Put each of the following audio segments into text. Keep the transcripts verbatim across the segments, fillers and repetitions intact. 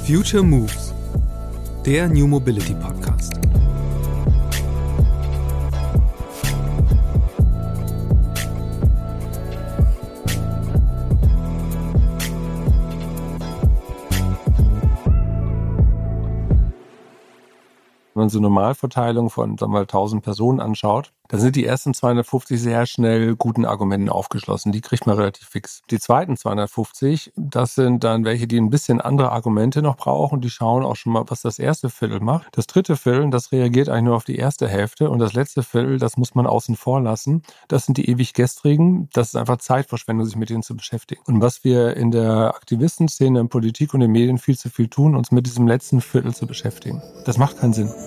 Future Moves, der New Mobility Podcast. Wenn man so eine Normalverteilung von, sagen wir mal, tausend Personen anschaut, dann sind die ersten zweihundertfünfzig sehr schnell guten Argumenten aufgeschlossen. Die kriegt man relativ fix. Die zweiten zweihundertfünfzig, das sind dann welche, die ein bisschen andere Argumente noch brauchen. Die schauen auch schon mal, was das erste Viertel macht. Das dritte Viertel, das reagiert eigentlich nur auf die erste Hälfte. Und das letzte Viertel, das muss man außen vor lassen. Das sind die ewig Gestrigen. Das ist einfach Zeitverschwendung, sich mit denen zu beschäftigen. Und was wir in der Aktivistenszene, in Politik und in den Medien viel zu viel tun, uns mit diesem letzten Viertel zu beschäftigen. Das macht keinen Sinn.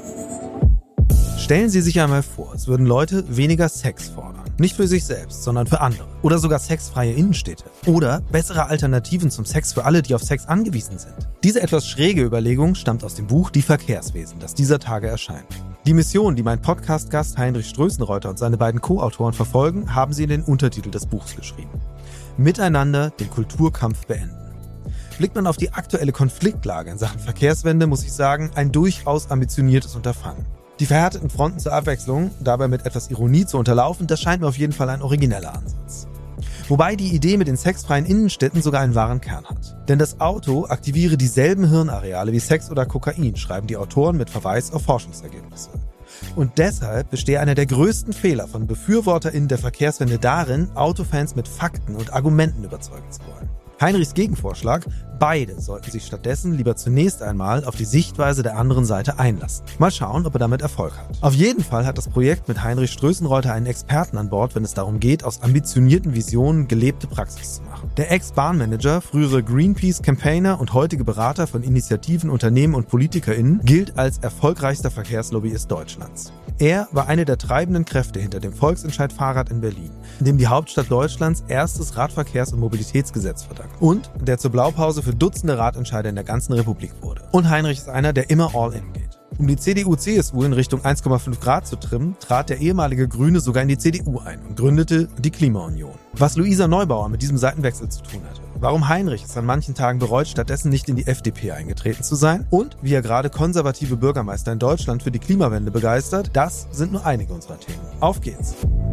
Stellen Sie sich einmal vor, es würden Leute weniger Sex fordern. Nicht für sich selbst, sondern für andere. Oder sogar sexfreie Innenstädte. Oder bessere Alternativen zum Sex für alle, die auf Sex angewiesen sind. Diese etwas schräge Überlegung stammt aus dem Buch Die Verkehrswesen, das dieser Tage erscheint. Die Mission, die mein Podcast-Gast Heinrich Strößenreuter und seine beiden Co-Autoren verfolgen, haben sie in den Untertitel des Buchs geschrieben. Miteinander den Kulturkampf beenden. Blickt man auf die aktuelle Konfliktlage in Sachen Verkehrswende, muss ich sagen, ein durchaus ambitioniertes Unterfangen. Die verhärteten Fronten zur Abwechslung, dabei mit etwas Ironie zu unterlaufen, das scheint mir auf jeden Fall ein origineller Ansatz. Wobei die Idee mit den sexfreien Innenstädten sogar einen wahren Kern hat. Denn das Auto aktiviere dieselben Hirnareale wie Sex oder Kokain, schreiben die Autoren mit Verweis auf Forschungsergebnisse. Und deshalb bestehe einer der größten Fehler von BefürworterInnen der Verkehrswende darin, Autofans mit Fakten und Argumenten überzeugen zu wollen. Heinrichs Gegenvorschlag: beide sollten sich stattdessen lieber zunächst einmal auf die Sichtweise der anderen Seite einlassen. Mal schauen, ob er damit Erfolg hat. Auf jeden Fall hat das Projekt mit Heinrich Strößenreuter einen Experten an Bord, wenn es darum geht, aus ambitionierten Visionen gelebte Praxis zu machen. Der Ex-Bahnmanager, frühere Greenpeace-Campaigner und heutige Berater von Initiativen, Unternehmen und PolitikerInnen gilt als erfolgreichster Verkehrslobbyist Deutschlands. Er war eine der treibenden Kräfte hinter dem Volksentscheid Fahrrad in Berlin, in dem die Hauptstadt Deutschlands erstes Radverkehrs- und Mobilitätsgesetz verdankt und der zur Blaupause für Dutzende Radentscheider in der ganzen Republik wurde. Und Heinrich ist einer, der immer all in geht. Um die C D U C S U in Richtung eins Komma fünf Grad zu trimmen, trat der ehemalige Grüne sogar in die C D U ein und gründete die Klimaunion. Was Luisa Neubauer mit diesem Seitenwechsel zu tun hatte, warum Heinrich es an manchen Tagen bereut, stattdessen nicht in die F D P eingetreten zu sein und wie er gerade konservative Bürgermeister in Deutschland für die Klimawende begeistert, das sind nur einige unserer Themen. Auf geht's!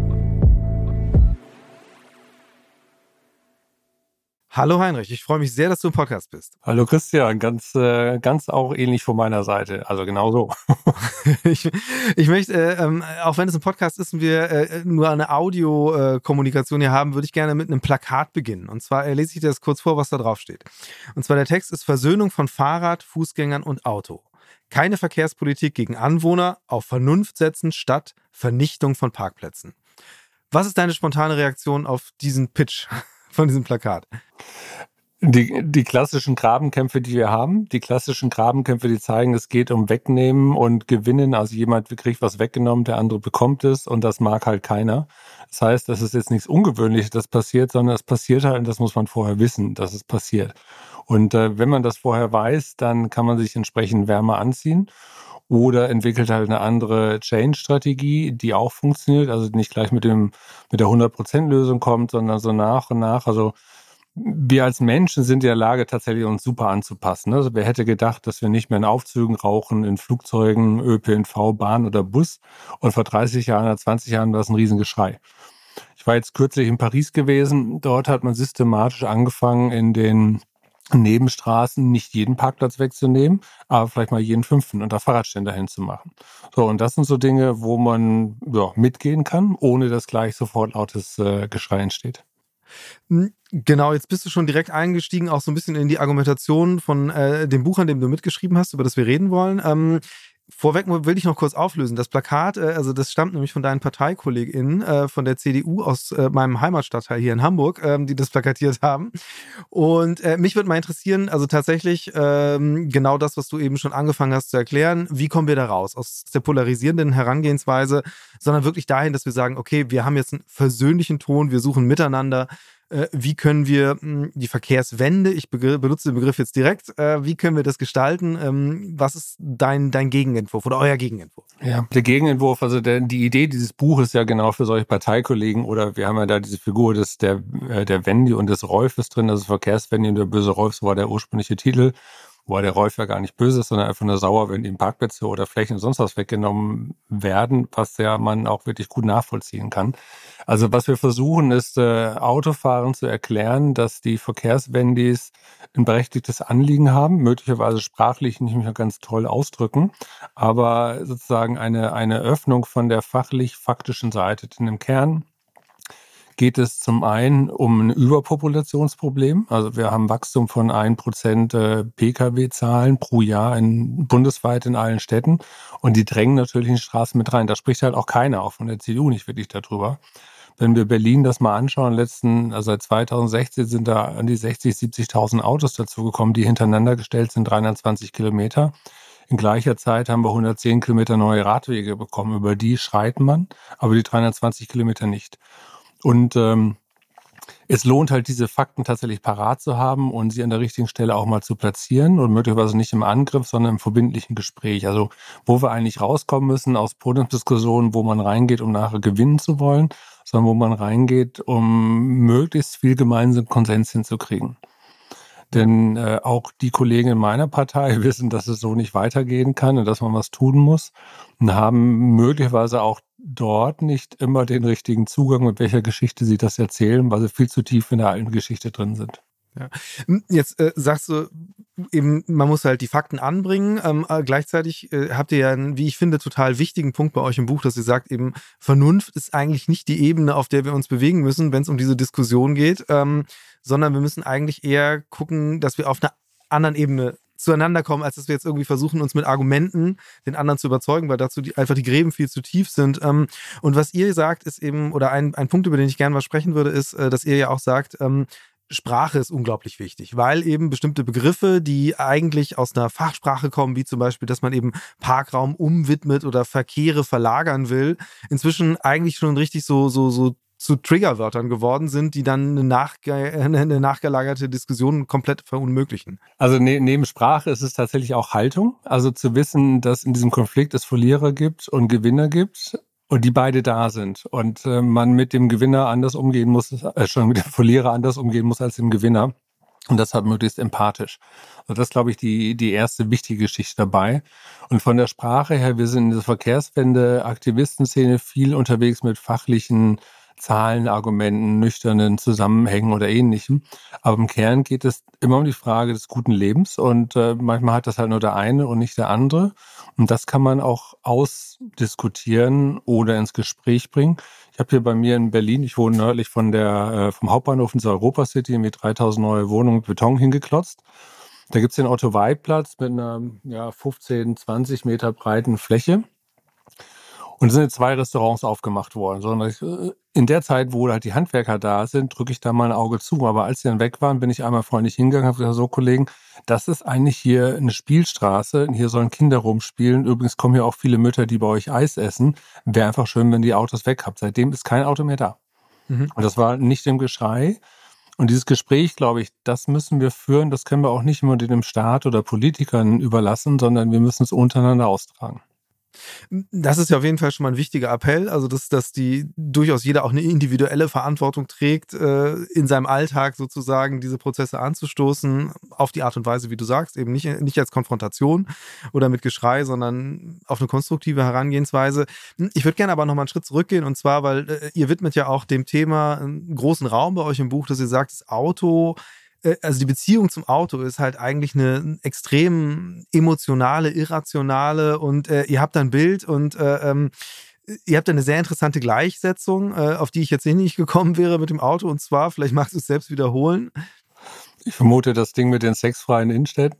Hallo Heinrich, ich freue mich sehr, dass du im Podcast bist. Hallo Christian, ganz äh, ganz auch ähnlich von meiner Seite, also genau so. ich, ich möchte, äh, ähm, auch wenn es ein Podcast ist und wir äh, nur eine Audiokommunikation hier haben, würde ich gerne mit einem Plakat beginnen. Und zwar äh, lese ich dir das kurz vor, was da drauf steht. Und zwar der Text ist: Versöhnung von Fahrrad, Fußgängern und Auto. Keine Verkehrspolitik gegen Anwohner, auf Vernunft setzen statt Vernichtung von Parkplätzen. Was ist deine spontane Reaktion auf diesen Pitch von diesem Plakat? Die, die klassischen Grabenkämpfe, die wir haben, die klassischen Grabenkämpfe, die zeigen, es geht um Wegnehmen und Gewinnen. Also jemand kriegt was weggenommen, der andere bekommt es und das mag halt keiner. Das heißt, das ist jetzt nichts Ungewöhnliches, das passiert, sondern es passiert halt und das muss man vorher wissen, dass es passiert. Und äh, wenn man das vorher weiß, dann kann man sich entsprechend wärmer anziehen. Oder entwickelt halt eine andere Change-Strategie, die auch funktioniert, also nicht gleich mit dem mit der hundert Prozent Lösung kommt, sondern so nach und nach. Also wir als Menschen sind in der Lage, tatsächlich uns super anzupassen. Also wer hätte gedacht, dass wir nicht mehr in Aufzügen rauchen, in Flugzeugen, Ö P N V, Bahn oder Bus. Und vor dreißig Jahren oder zwanzig Jahren war es ein Riesengeschrei. Ich war jetzt kürzlich in Paris gewesen. Dort hat man systematisch angefangen, in den Nebenstraßen nicht jeden Parkplatz wegzunehmen, aber vielleicht mal jeden fünften und da Fahrradständer hinzumachen. So, und das sind so Dinge, wo man ja, mitgehen kann, ohne dass gleich sofort lautes äh, Geschrei entsteht. Genau, jetzt bist du schon direkt eingestiegen, auch so ein bisschen in die Argumentation von äh, dem Buch, an dem du mitgeschrieben hast, über das wir reden wollen. Ähm, Vorweg will ich noch kurz auflösen. Das Plakat, äh, also das stammt nämlich von deinen ParteikollegInnen äh, von der C D U aus äh, meinem Heimatstadtteil hier in Hamburg, ähm, die das plakatiert haben. Und äh, mich würde mal interessieren, also tatsächlich ähm, genau das, was du eben schon angefangen hast zu erklären. Wie kommen wir da raus aus der polarisierenden Herangehensweise, sondern wirklich dahin, dass wir sagen, okay, wir haben jetzt einen versöhnlichen Ton, wir suchen miteinander. Äh, wie können wir mh, die Verkehrswende, ich begr- benutze den Begriff jetzt direkt, äh, wie können wir das gestalten? Ähm, was ist dein, dein Gegenentwurf oder euer Gegenentwurf? Ja, der Gegenentwurf, also der, die Idee dieses Buches ja genau für solche Parteikollegen, oder wir haben ja da diese Figur des, der, äh, der Wendy und des Rolfes drin, also Verkehrswendy und der böse Rolf, so war der ursprüngliche Titel. wo der Räufer gar nicht böse ist, sondern einfach nur sauer, wenn ihm Parkplätze oder Flächen und sonst was weggenommen werden, was ja man auch wirklich gut nachvollziehen kann. Also was wir versuchen, ist äh, Autofahrern zu erklären, dass die Verkehrswendis ein berechtigtes Anliegen haben, möglicherweise sprachlich nicht mehr ganz toll ausdrücken, aber sozusagen eine, eine Öffnung von der fachlich-faktischen Seite. Denn im Kern geht es zum einen um ein Überpopulationsproblem. Also wir haben Wachstum von ein Prozent äh, P K W-Zahlen pro Jahr in, bundesweit in allen Städten. Und die drängen natürlich in die Straßen mit rein. Da spricht halt auch keiner, auch von der C D U nicht wirklich darüber. Wenn wir Berlin das mal anschauen, letzten, also seit zweitausendsechzehn sind da an die sechzig, siebzigtausend Autos dazugekommen, die hintereinander gestellt sind, dreihundertzwanzig Kilometer. In gleicher Zeit haben wir hundertzehn Kilometer neue Radwege bekommen. Über die schreit man, aber die dreihundertzwanzig Kilometer nicht. Und ähm, es lohnt halt, diese Fakten tatsächlich parat zu haben und sie an der richtigen Stelle auch mal zu platzieren und möglicherweise nicht im Angriff, sondern im verbindlichen Gespräch. Also wo wir eigentlich rauskommen müssen aus Podiumsdiskussionen, wo man reingeht, um nachher gewinnen zu wollen, sondern wo man reingeht, um möglichst viel gemeinsamen Konsens hinzukriegen. Denn äh, auch die Kollegen in meiner Partei wissen, dass es so nicht weitergehen kann und dass man was tun muss und haben möglicherweise auch dort nicht immer den richtigen Zugang, mit welcher Geschichte sie das erzählen, weil sie viel zu tief in der alten Geschichte drin sind. Ja. Jetzt äh, sagst du eben, man muss halt die Fakten anbringen. Ähm, äh, gleichzeitig äh, habt ihr ja einen, wie ich finde, total wichtigen Punkt bei euch im Buch, dass ihr sagt, eben Vernunft ist eigentlich nicht die Ebene, auf der wir uns bewegen müssen, wenn es um diese Diskussion geht, ähm, sondern wir müssen eigentlich eher gucken, dass wir auf einer anderen Ebene zueinander kommen, als dass wir jetzt irgendwie versuchen, uns mit Argumenten den anderen zu überzeugen, weil dazu die, einfach die Gräben viel zu tief sind. Ähm, und was ihr sagt, ist eben, oder ein, ein Punkt, über den ich gerne was sprechen würde, ist, äh, dass ihr ja auch sagt, ähm, Sprache ist unglaublich wichtig, weil eben bestimmte Begriffe, die eigentlich aus einer Fachsprache kommen, wie zum Beispiel, dass man eben Parkraum umwidmet oder Verkehre verlagern will, inzwischen eigentlich schon richtig so, so, so zu Triggerwörtern geworden sind, die dann eine, nachge- eine nachgelagerte Diskussion komplett verunmöglichen. Also ne- neben Sprache ist es tatsächlich auch Haltung. Also zu wissen, dass in diesem Konflikt es Verlierer gibt und Gewinner gibt und die beide da sind und äh, man mit dem Gewinner anders umgehen muss, äh, schon mit dem Verlierer anders umgehen muss als dem Gewinner. Und deshalb möglichst empathisch. Also das ist, glaube ich, die, die erste wichtige Geschichte dabei. Und von der Sprache her, wir sind in der Verkehrswende-Aktivistenszene viel unterwegs mit fachlichen Zahlen, Argumenten, nüchternen Zusammenhängen oder Ähnlichem. Aber im Kern geht es immer um die Frage des guten Lebens und äh, manchmal hat das halt nur der eine und nicht der andere. Und das kann man auch ausdiskutieren oder ins Gespräch bringen. Ich habe hier bei mir in Berlin, ich wohne nördlich von der, äh, vom Hauptbahnhof in der Europa City mit dreitausend neue Wohnungen mit Beton hingeklotzt. Da gibt's den Otto-Weid-Platz mit einer ja, fünfzehn, zwanzig Meter breiten Fläche. Und es sind jetzt zwei Restaurants aufgemacht worden. Sondern ich, in der Zeit, wo halt die Handwerker da sind, drücke ich da mal ein Auge zu. Aber als sie dann weg waren, bin ich einmal freundlich hingegangen und habe gesagt, so Kollegen, das ist eigentlich hier eine Spielstraße. Hier sollen Kinder rumspielen. Übrigens kommen hier auch viele Mütter, die bei euch Eis essen. Wäre einfach schön, wenn die Autos weg habt. Seitdem ist kein Auto mehr da. Mhm. Und das war nicht im Geschrei. Und dieses Gespräch, glaube ich, das müssen wir führen. Das können wir auch nicht immer dem Staat oder Politikern überlassen, sondern wir müssen es untereinander austragen. Das ist ja auf jeden Fall schon mal ein wichtiger Appell, also dass, dass die durchaus jeder auch eine individuelle Verantwortung trägt, äh, in seinem Alltag sozusagen diese Prozesse anzustoßen, auf die Art und Weise, wie du sagst, eben nicht, nicht als Konfrontation oder mit Geschrei, sondern auf eine konstruktive Herangehensweise. Ich würde gerne aber noch mal einen Schritt zurückgehen und zwar, weil äh, ihr widmet ja auch dem Thema einen großen Raum bei euch im Buch, dass ihr sagt, das Auto, also die Beziehung zum Auto ist halt eigentlich eine extrem emotionale, irrationale und äh, ihr habt da ein Bild und äh, ähm, ihr habt da eine sehr interessante Gleichsetzung, äh, auf die ich jetzt nicht gekommen wäre mit dem Auto und zwar, vielleicht magst du es selbst wiederholen. Ich vermute das Ding mit den sexfreien Innenstädten.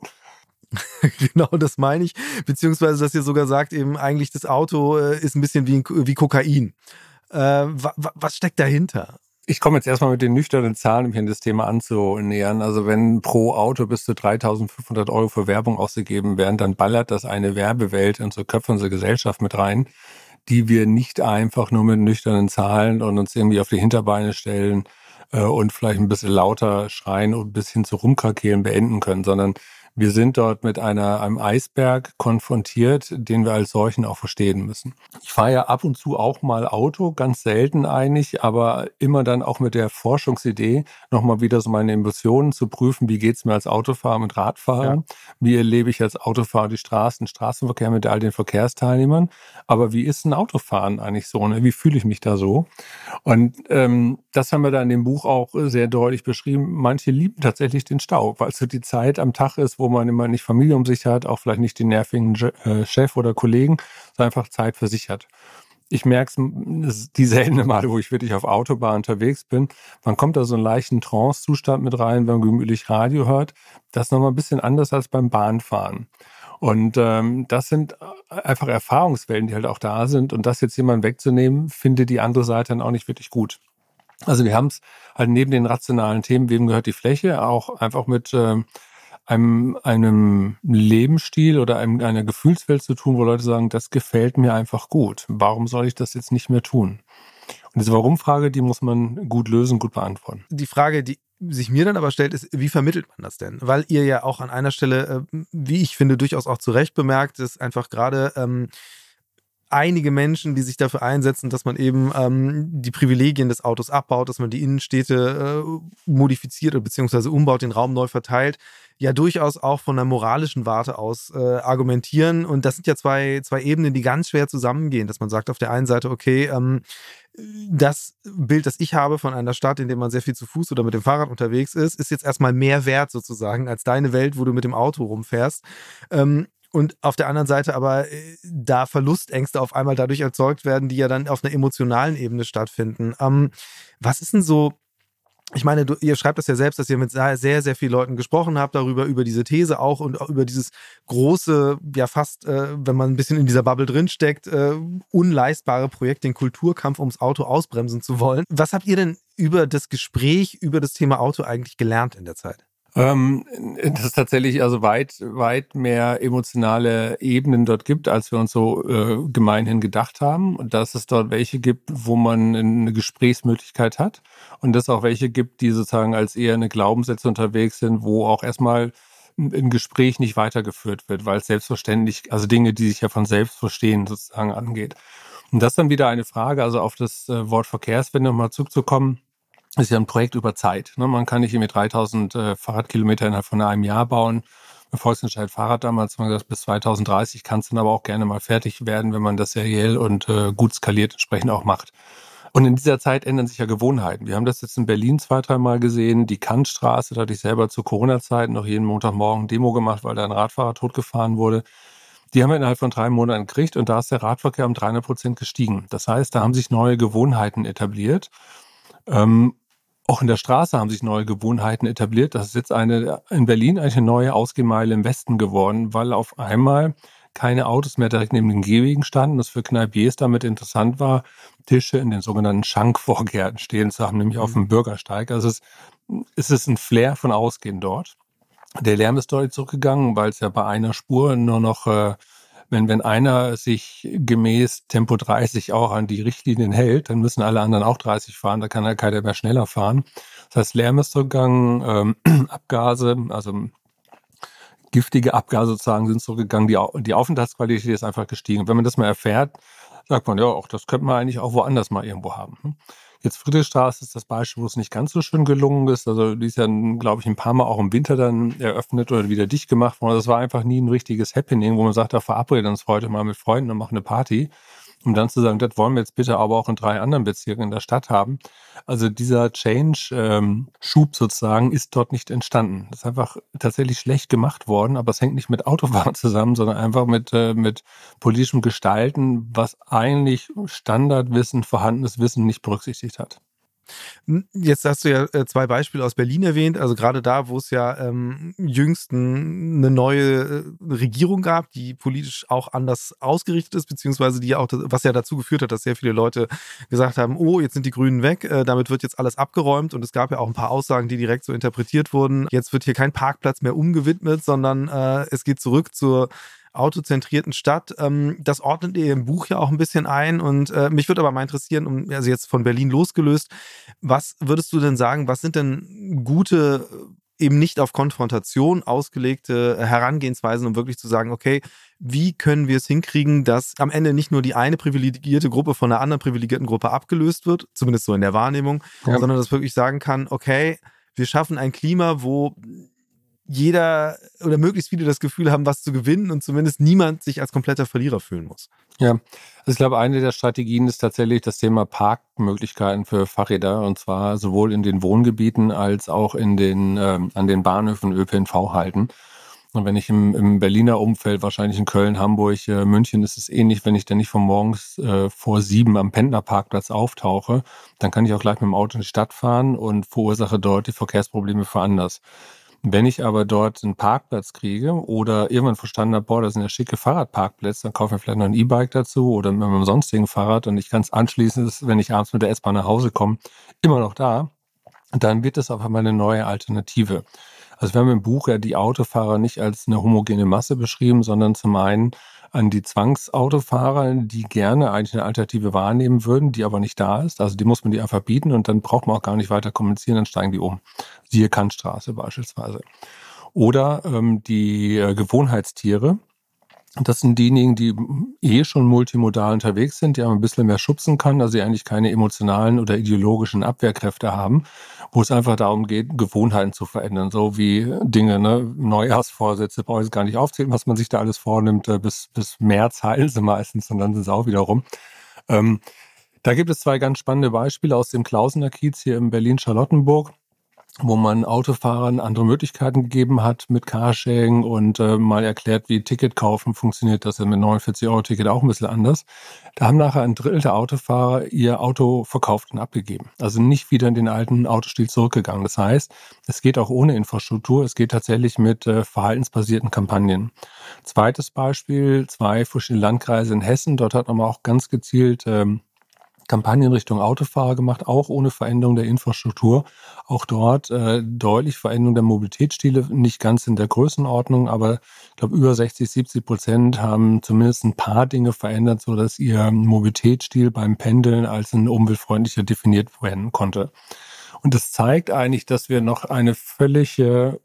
Genau, das meine ich. Beziehungsweise, dass ihr sogar sagt, eben eigentlich das Auto äh, ist ein bisschen wie, wie Kokain. Äh, wa, wa, was steckt dahinter? Ich komme jetzt erstmal mit den nüchternen Zahlen, um hier das Thema anzunähern. Also wenn pro Auto bis zu dreitausendfünfhundert Euro für Werbung ausgegeben werden, dann ballert das eine Werbewelt in unsere Köpfe, unsere Gesellschaft mit rein, die wir nicht einfach nur mit nüchternen Zahlen und uns irgendwie auf die Hinterbeine stellen äh, und vielleicht ein bisschen lauter schreien und ein bisschen zu rumkrakehlen beenden können, sondern Wir sind dort mit einer, einem Eisberg konfrontiert, den wir als solchen auch verstehen müssen. Ich fahre ja ab und zu auch mal Auto, ganz selten eigentlich, aber immer dann auch mit der Forschungsidee, nochmal wieder so meine Emotionen zu prüfen, wie geht's mir als Autofahrer mit Radfahrern, ja. Wie erlebe ich als Autofahrer die Straßen, Straßenverkehr mit all den Verkehrsteilnehmern, aber wie ist ein Autofahren eigentlich so, ne? Wie fühle ich mich da so? Und ähm, das haben wir da in dem Buch auch sehr deutlich beschrieben. Manche lieben tatsächlich den Stau, weil es so die Zeit am Tag ist, wo man immer nicht Familie um sich hat, auch vielleicht nicht den nervigen äh, Chef oder Kollegen, sondern einfach Zeit für sich hat. Ich merke es die seltene Male, wo ich wirklich auf Autobahn unterwegs bin. Man kommt da so einen leichten Trance-Zustand mit rein, wenn man gemütlich Radio hört. Das ist nochmal ein bisschen anders als beim Bahnfahren. Und ähm, das sind einfach Erfahrungswelten, die halt auch da sind. Und das jetzt jemand wegzunehmen, findet die andere Seite dann auch nicht wirklich gut. Also wir haben es halt neben den rationalen Themen, wem gehört die Fläche, auch einfach mit äh, einem, einem Lebensstil oder einem, einer Gefühlswelt zu tun, wo Leute sagen, das gefällt mir einfach gut. Warum soll ich das jetzt nicht mehr tun? Und diese Warum-Frage, die muss man gut lösen, gut beantworten. Die Frage, die sich mir dann aber stellt, ist, wie vermittelt man das denn? Weil ihr ja auch an einer Stelle, wie ich finde, durchaus auch zu Recht bemerkt, ist einfach gerade ähm, einige Menschen, die sich dafür einsetzen, dass man eben ähm, die Privilegien des Autos abbaut, dass man die Innenstädte äh, modifiziert oder beziehungsweise umbaut, den Raum neu verteilt, ja durchaus auch von einer moralischen Warte aus äh, argumentieren. Und das sind ja zwei, zwei Ebenen, die ganz schwer zusammengehen, dass man sagt auf der einen Seite, okay, ähm, das Bild, das ich habe von einer Stadt, in der man sehr viel zu Fuß oder mit dem Fahrrad unterwegs ist, ist jetzt erstmal mehr wert sozusagen als deine Welt, wo du mit dem Auto rumfährst. Ähm, Und auf der anderen Seite aber äh, da Verlustängste auf einmal dadurch erzeugt werden, die ja dann auf einer emotionalen Ebene stattfinden. Ähm, was ist denn so, ich meine, du, ihr schreibt das ja selbst, dass ihr mit sehr, sehr, sehr vielen Leuten gesprochen habt darüber, über diese These auch und auch über dieses große, ja fast, äh, wenn man ein bisschen in dieser Bubble drinsteckt, äh, unleistbare Projekt, den Kulturkampf ums Auto ausbremsen zu wollen. Was habt ihr denn über das Gespräch, über das Thema Auto eigentlich gelernt in der Zeit? Ähm, dass es tatsächlich also weit, weit mehr emotionale Ebenen dort gibt, als wir uns so äh, gemeinhin gedacht haben. Und dass es dort welche gibt, wo man eine Gesprächsmöglichkeit hat. Und dass es auch welche gibt, die sozusagen als eher eine Glaubenssätze unterwegs sind, wo auch erstmal ein Gespräch nicht weitergeführt wird, weil es selbstverständlich, also Dinge, die sich ja von selbst verstehen, sozusagen angeht. Und das ist dann wieder eine Frage, also auf das äh, Wort Verkehrswende nochmal zurückzukommen. Das ist ja ein Projekt über Zeit. Ne? Man kann nicht irgendwie dreitausend äh, Fahrradkilometer innerhalb von einem Jahr bauen. Bei Volksentscheid Fahrrad damals haben wir gesagt, bis zweitausenddreißig kann es dann aber auch gerne mal fertig werden, wenn man das seriell und äh, gut skaliert entsprechend auch macht. Und in dieser Zeit ändern sich ja Gewohnheiten. Wir haben das jetzt in Berlin zwei, dreimal gesehen. Die Kantstraße, da hatte ich selber zu Corona-Zeiten noch jeden Montagmorgen Demo gemacht, weil da ein Radfahrer totgefahren wurde. Die haben wir innerhalb von drei Monaten gekriegt und da ist der Radverkehr um dreihundert Prozent gestiegen. Das heißt, da haben sich neue Gewohnheiten etabliert. Ähm, Auch in der Straße haben sich neue Gewohnheiten etabliert. Das ist jetzt eine in Berlin eigentlich eine neue Ausgehmeile im Westen geworden, weil auf einmal keine Autos mehr direkt neben den Gehwegen standen. Das für Kneipiers damit interessant war, Tische in den sogenannten Schankvorgärten stehen zu haben, nämlich auf dem Bürgersteig. Also es, es ist ein Flair von Ausgehen dort. Der Lärm ist deutlich zurückgegangen, weil es ja bei einer Spur nur noch äh, Wenn, wenn einer sich gemäß Tempo dreißig auch an die Richtlinien hält, dann müssen alle anderen auch dreißig fahren, da kann ja keiner mehr schneller fahren. Das heißt, Lärm ist zurückgegangen, ähm, Abgase, also giftige Abgase sozusagen sind zurückgegangen, die, die Aufenthaltsqualität ist einfach gestiegen. Und wenn man das mal erfährt, sagt man, ja, auch das könnte man eigentlich auch woanders mal irgendwo haben. Jetzt Friedrichstraße ist das Beispiel, wo es nicht ganz so schön gelungen ist. Also die ist ja, glaube ich, ein paar Mal auch im Winter dann eröffnet oder wieder dicht gemacht worden. Das war einfach nie ein richtiges Happening, wo man sagt, da verabreden uns heute mal mit Freunden und machen eine Party. Um dann zu sagen, das wollen wir jetzt bitte aber auch in drei anderen Bezirken in der Stadt haben. Also dieser Change-Schub ähm, sozusagen ist dort nicht entstanden. Das ist einfach tatsächlich schlecht gemacht worden, aber es hängt nicht mit Autofahren zusammen, sondern einfach mit, äh, mit politischem Gestalten, was eigentlich Standardwissen, vorhandenes Wissen nicht berücksichtigt hat. Jetzt hast du ja zwei Beispiele aus Berlin erwähnt, also gerade da, wo es ja ähm, jüngst eine neue Regierung gab, die politisch auch anders ausgerichtet ist, beziehungsweise die auch, was ja dazu geführt hat, dass sehr viele Leute gesagt haben, oh, jetzt sind die Grünen weg, äh, damit wird jetzt alles abgeräumt und es gab ja auch ein paar Aussagen, die direkt so interpretiert wurden. Jetzt wird hier kein Parkplatz mehr umgewidmet, sondern äh, es geht zurück zur autozentrierten Stadt. Das ordnet ihr im Buch ja auch ein bisschen ein und äh, mich würde aber mal interessieren, um, also jetzt von Berlin losgelöst, was würdest du denn sagen, was sind denn gute eben nicht auf Konfrontation ausgelegte Herangehensweisen, um wirklich zu sagen, okay, wie können wir es hinkriegen, dass am Ende nicht nur die eine privilegierte Gruppe von einer anderen privilegierten Gruppe abgelöst wird, zumindest so in der Wahrnehmung, ja. sondern dass wirklich sagen kann, okay, wir schaffen ein Klima, wo jeder oder möglichst viele das Gefühl haben, was zu gewinnen und zumindest niemand sich als kompletter Verlierer fühlen muss. Ja, also ich glaube, eine der Strategien ist tatsächlich das Thema Parkmöglichkeiten für Fahrräder, und zwar sowohl in den Wohngebieten als auch in den ähm, an den Bahnhöfen Ö P N V halten. Und wenn ich im, im Berliner Umfeld, wahrscheinlich in Köln, Hamburg, äh, München, ist es ähnlich, wenn ich dann nicht von morgens äh, vor sieben am Pendlerparkplatz auftauche, dann kann ich auch gleich mit dem Auto in die Stadt fahren und verursache dort die Verkehrsprobleme für anders. Wenn ich aber dort einen Parkplatz kriege oder irgendwann verstanden habe, boah, das sind ja schicke Fahrradparkplätze, dann kaufe ich vielleicht noch ein E-Bike dazu oder mit einem sonstigen Fahrrad und ich kann es anschließend, wenn ich abends mit der S-Bahn nach Hause komme, immer noch da, dann wird das auf einmal eine neue Alternative. Also wir haben im Buch ja die Autofahrer nicht als eine homogene Masse beschrieben, sondern zum einen an die Zwangsautofahrer, die gerne eigentlich eine Alternative wahrnehmen würden, die aber nicht da ist. Also die muss man die einfach bieten und dann braucht man auch gar nicht weiter kommunizieren, dann steigen die um. Siehe Kantstraße beispielsweise. Oder ähm, die äh, Gewohnheitstiere. Das sind diejenigen, die eh schon multimodal unterwegs sind, die aber ein bisschen mehr schubsen kann, also die eigentlich keine emotionalen oder ideologischen Abwehrkräfte haben, wo es einfach darum geht, Gewohnheiten zu verändern, so wie Dinge, ne, Neujahrsvorsätze, brauche ich gar nicht aufzählen, was man sich da alles vornimmt, bis, bis März heilen sie meistens und dann sind sie auch wieder rum. Ähm, da gibt es zwei ganz spannende Beispiele aus dem Klausener Kiez hier in Berlin-Charlottenburg, wo man Autofahrern andere Möglichkeiten gegeben hat mit Carsharing und äh, mal erklärt, wie Ticket kaufen funktioniert. Das ist mit neunundvierzig Euro Ticket auch ein bisschen anders. Da haben nachher ein Drittel der Autofahrer ihr Auto verkauft und abgegeben. Also nicht wieder in den alten Autostil zurückgegangen. Das heißt, es geht auch ohne Infrastruktur. Es geht tatsächlich mit äh, verhaltensbasierten Kampagnen. Zweites Beispiel, zwei verschiedene Landkreise in Hessen. Dort hat man auch ganz gezielt ähm, Kampagnen Richtung Autofahrer gemacht, auch ohne Veränderung der Infrastruktur. Auch dort äh, deutlich Veränderung der Mobilitätsstile, nicht ganz in der Größenordnung, aber ich glaube über sechzig, siebzig Prozent haben zumindest ein paar Dinge verändert, sodass ihr Mobilitätsstil beim Pendeln als ein umweltfreundlicher definiert werden konnte. Und das zeigt eigentlich, dass wir noch eine völlig äh,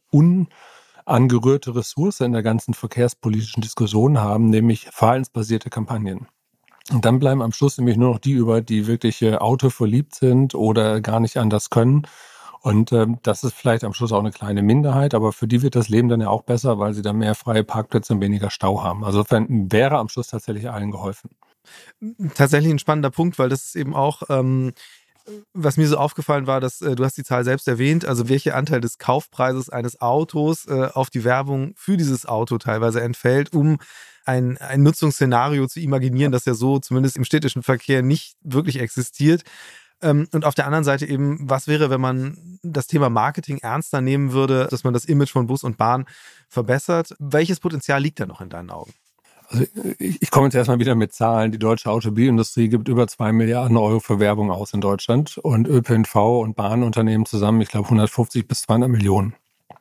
unangerührte Ressource in der ganzen verkehrspolitischen Diskussion haben, nämlich verhaltensbasierte Kampagnen. Und dann bleiben am Schluss nämlich nur noch die über, die wirklich äh, autoverliebt sind oder gar nicht anders können. Und ähm, das ist vielleicht am Schluss auch eine kleine Minderheit, aber für die wird das Leben dann ja auch besser, weil sie dann mehr freie Parkplätze und weniger Stau haben. Also wäre am Schluss tatsächlich allen geholfen. Tatsächlich ein spannender Punkt, weil das ist eben auch, ähm, was mir so aufgefallen war, dass äh, du hast die Zahl selbst erwähnt, also welcher Anteil des Kaufpreises eines Autos äh, auf die Werbung für dieses Auto teilweise entfällt, um ein, ein Nutzungsszenario zu imaginieren, das ja so zumindest im städtischen Verkehr nicht wirklich existiert. Ähm, und auf der anderen Seite eben, was wäre, wenn man das Thema Marketing ernster nehmen würde, dass man das Image von Bus und Bahn verbessert? Welches Potenzial liegt da noch in deinen Augen? Also ich, ich komme jetzt erstmal wieder mit Zahlen. Die deutsche Automobilindustrie gibt über zwei Milliarden Euro für Werbung aus in Deutschland und Ö P N V und Bahnunternehmen zusammen, ich glaube, hundertfünfzig bis zweihundert Millionen.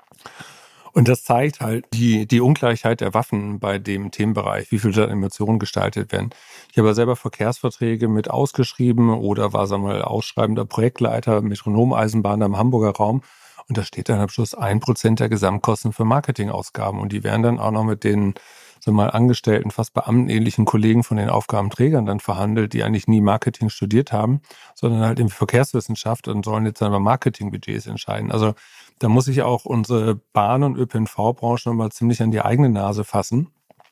Und das zeigt halt die, die Ungleichheit der Waffen bei dem Themenbereich, wie viele Emotionen gestaltet werden. Ich habe selber Verkehrsverträge mit ausgeschrieben oder war, sagen wir mal, ausschreibender Projektleiter Metronomeisenbahn am Hamburger Raum. Und da steht dann am Schluss ein Prozent der Gesamtkosten für Marketingausgaben. Und die werden dann auch noch mit den, sagen wir mal, Angestellten, fast beamtenähnlichen Kollegen von den Aufgabenträgern dann verhandelt, die eigentlich nie Marketing studiert haben, sondern halt in Verkehrswissenschaft und sollen jetzt einmal Marketingbudgets entscheiden. Also da muss ich auch unsere Bahn- und Ö P N V-Branche nochmal ziemlich an die eigene Nase fassen.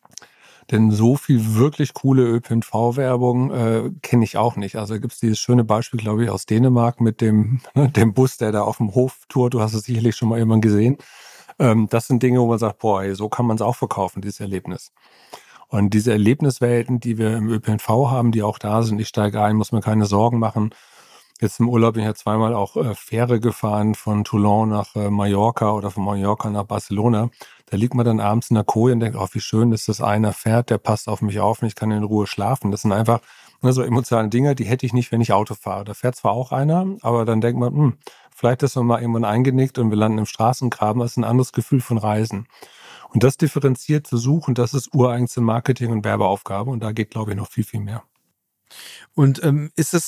Denn so viel wirklich coole Ö P N V-Werbung äh, kenne ich auch nicht. Also gibt es dieses schöne Beispiel, glaube ich, aus Dänemark mit dem, ne, dem Bus, der da auf dem Hof tourt. Du hast es sicherlich schon mal irgendwann gesehen. Ähm, das sind Dinge, wo man sagt, boah, ey, so kann man es auch verkaufen, dieses Erlebnis. Und diese Erlebniswelten, die wir im Ö P N V haben, die auch da sind, ich steige ein, muss mir keine Sorgen machen. Jetzt im Urlaub bin ich ja zweimal auch äh, Fähre gefahren von Toulon nach äh, Mallorca oder von Mallorca nach Barcelona. Da liegt man dann abends in der Koje und denkt, oh, wie schön ist das, einer fährt, der passt auf mich auf und ich kann in Ruhe schlafen. Das sind einfach ne, so emotionale Dinge, die hätte ich nicht, wenn ich Auto fahre. Da fährt zwar auch einer, aber dann denkt man, hm, vielleicht ist man mal irgendwann eingenickt und wir landen im Straßengraben. Das ist ein anderes Gefühl von Reisen. Und das differenziert zu suchen, das ist ureigenste Marketing- und Werbeaufgabe und da geht, glaube ich, noch viel, viel mehr. Und ähm, ist es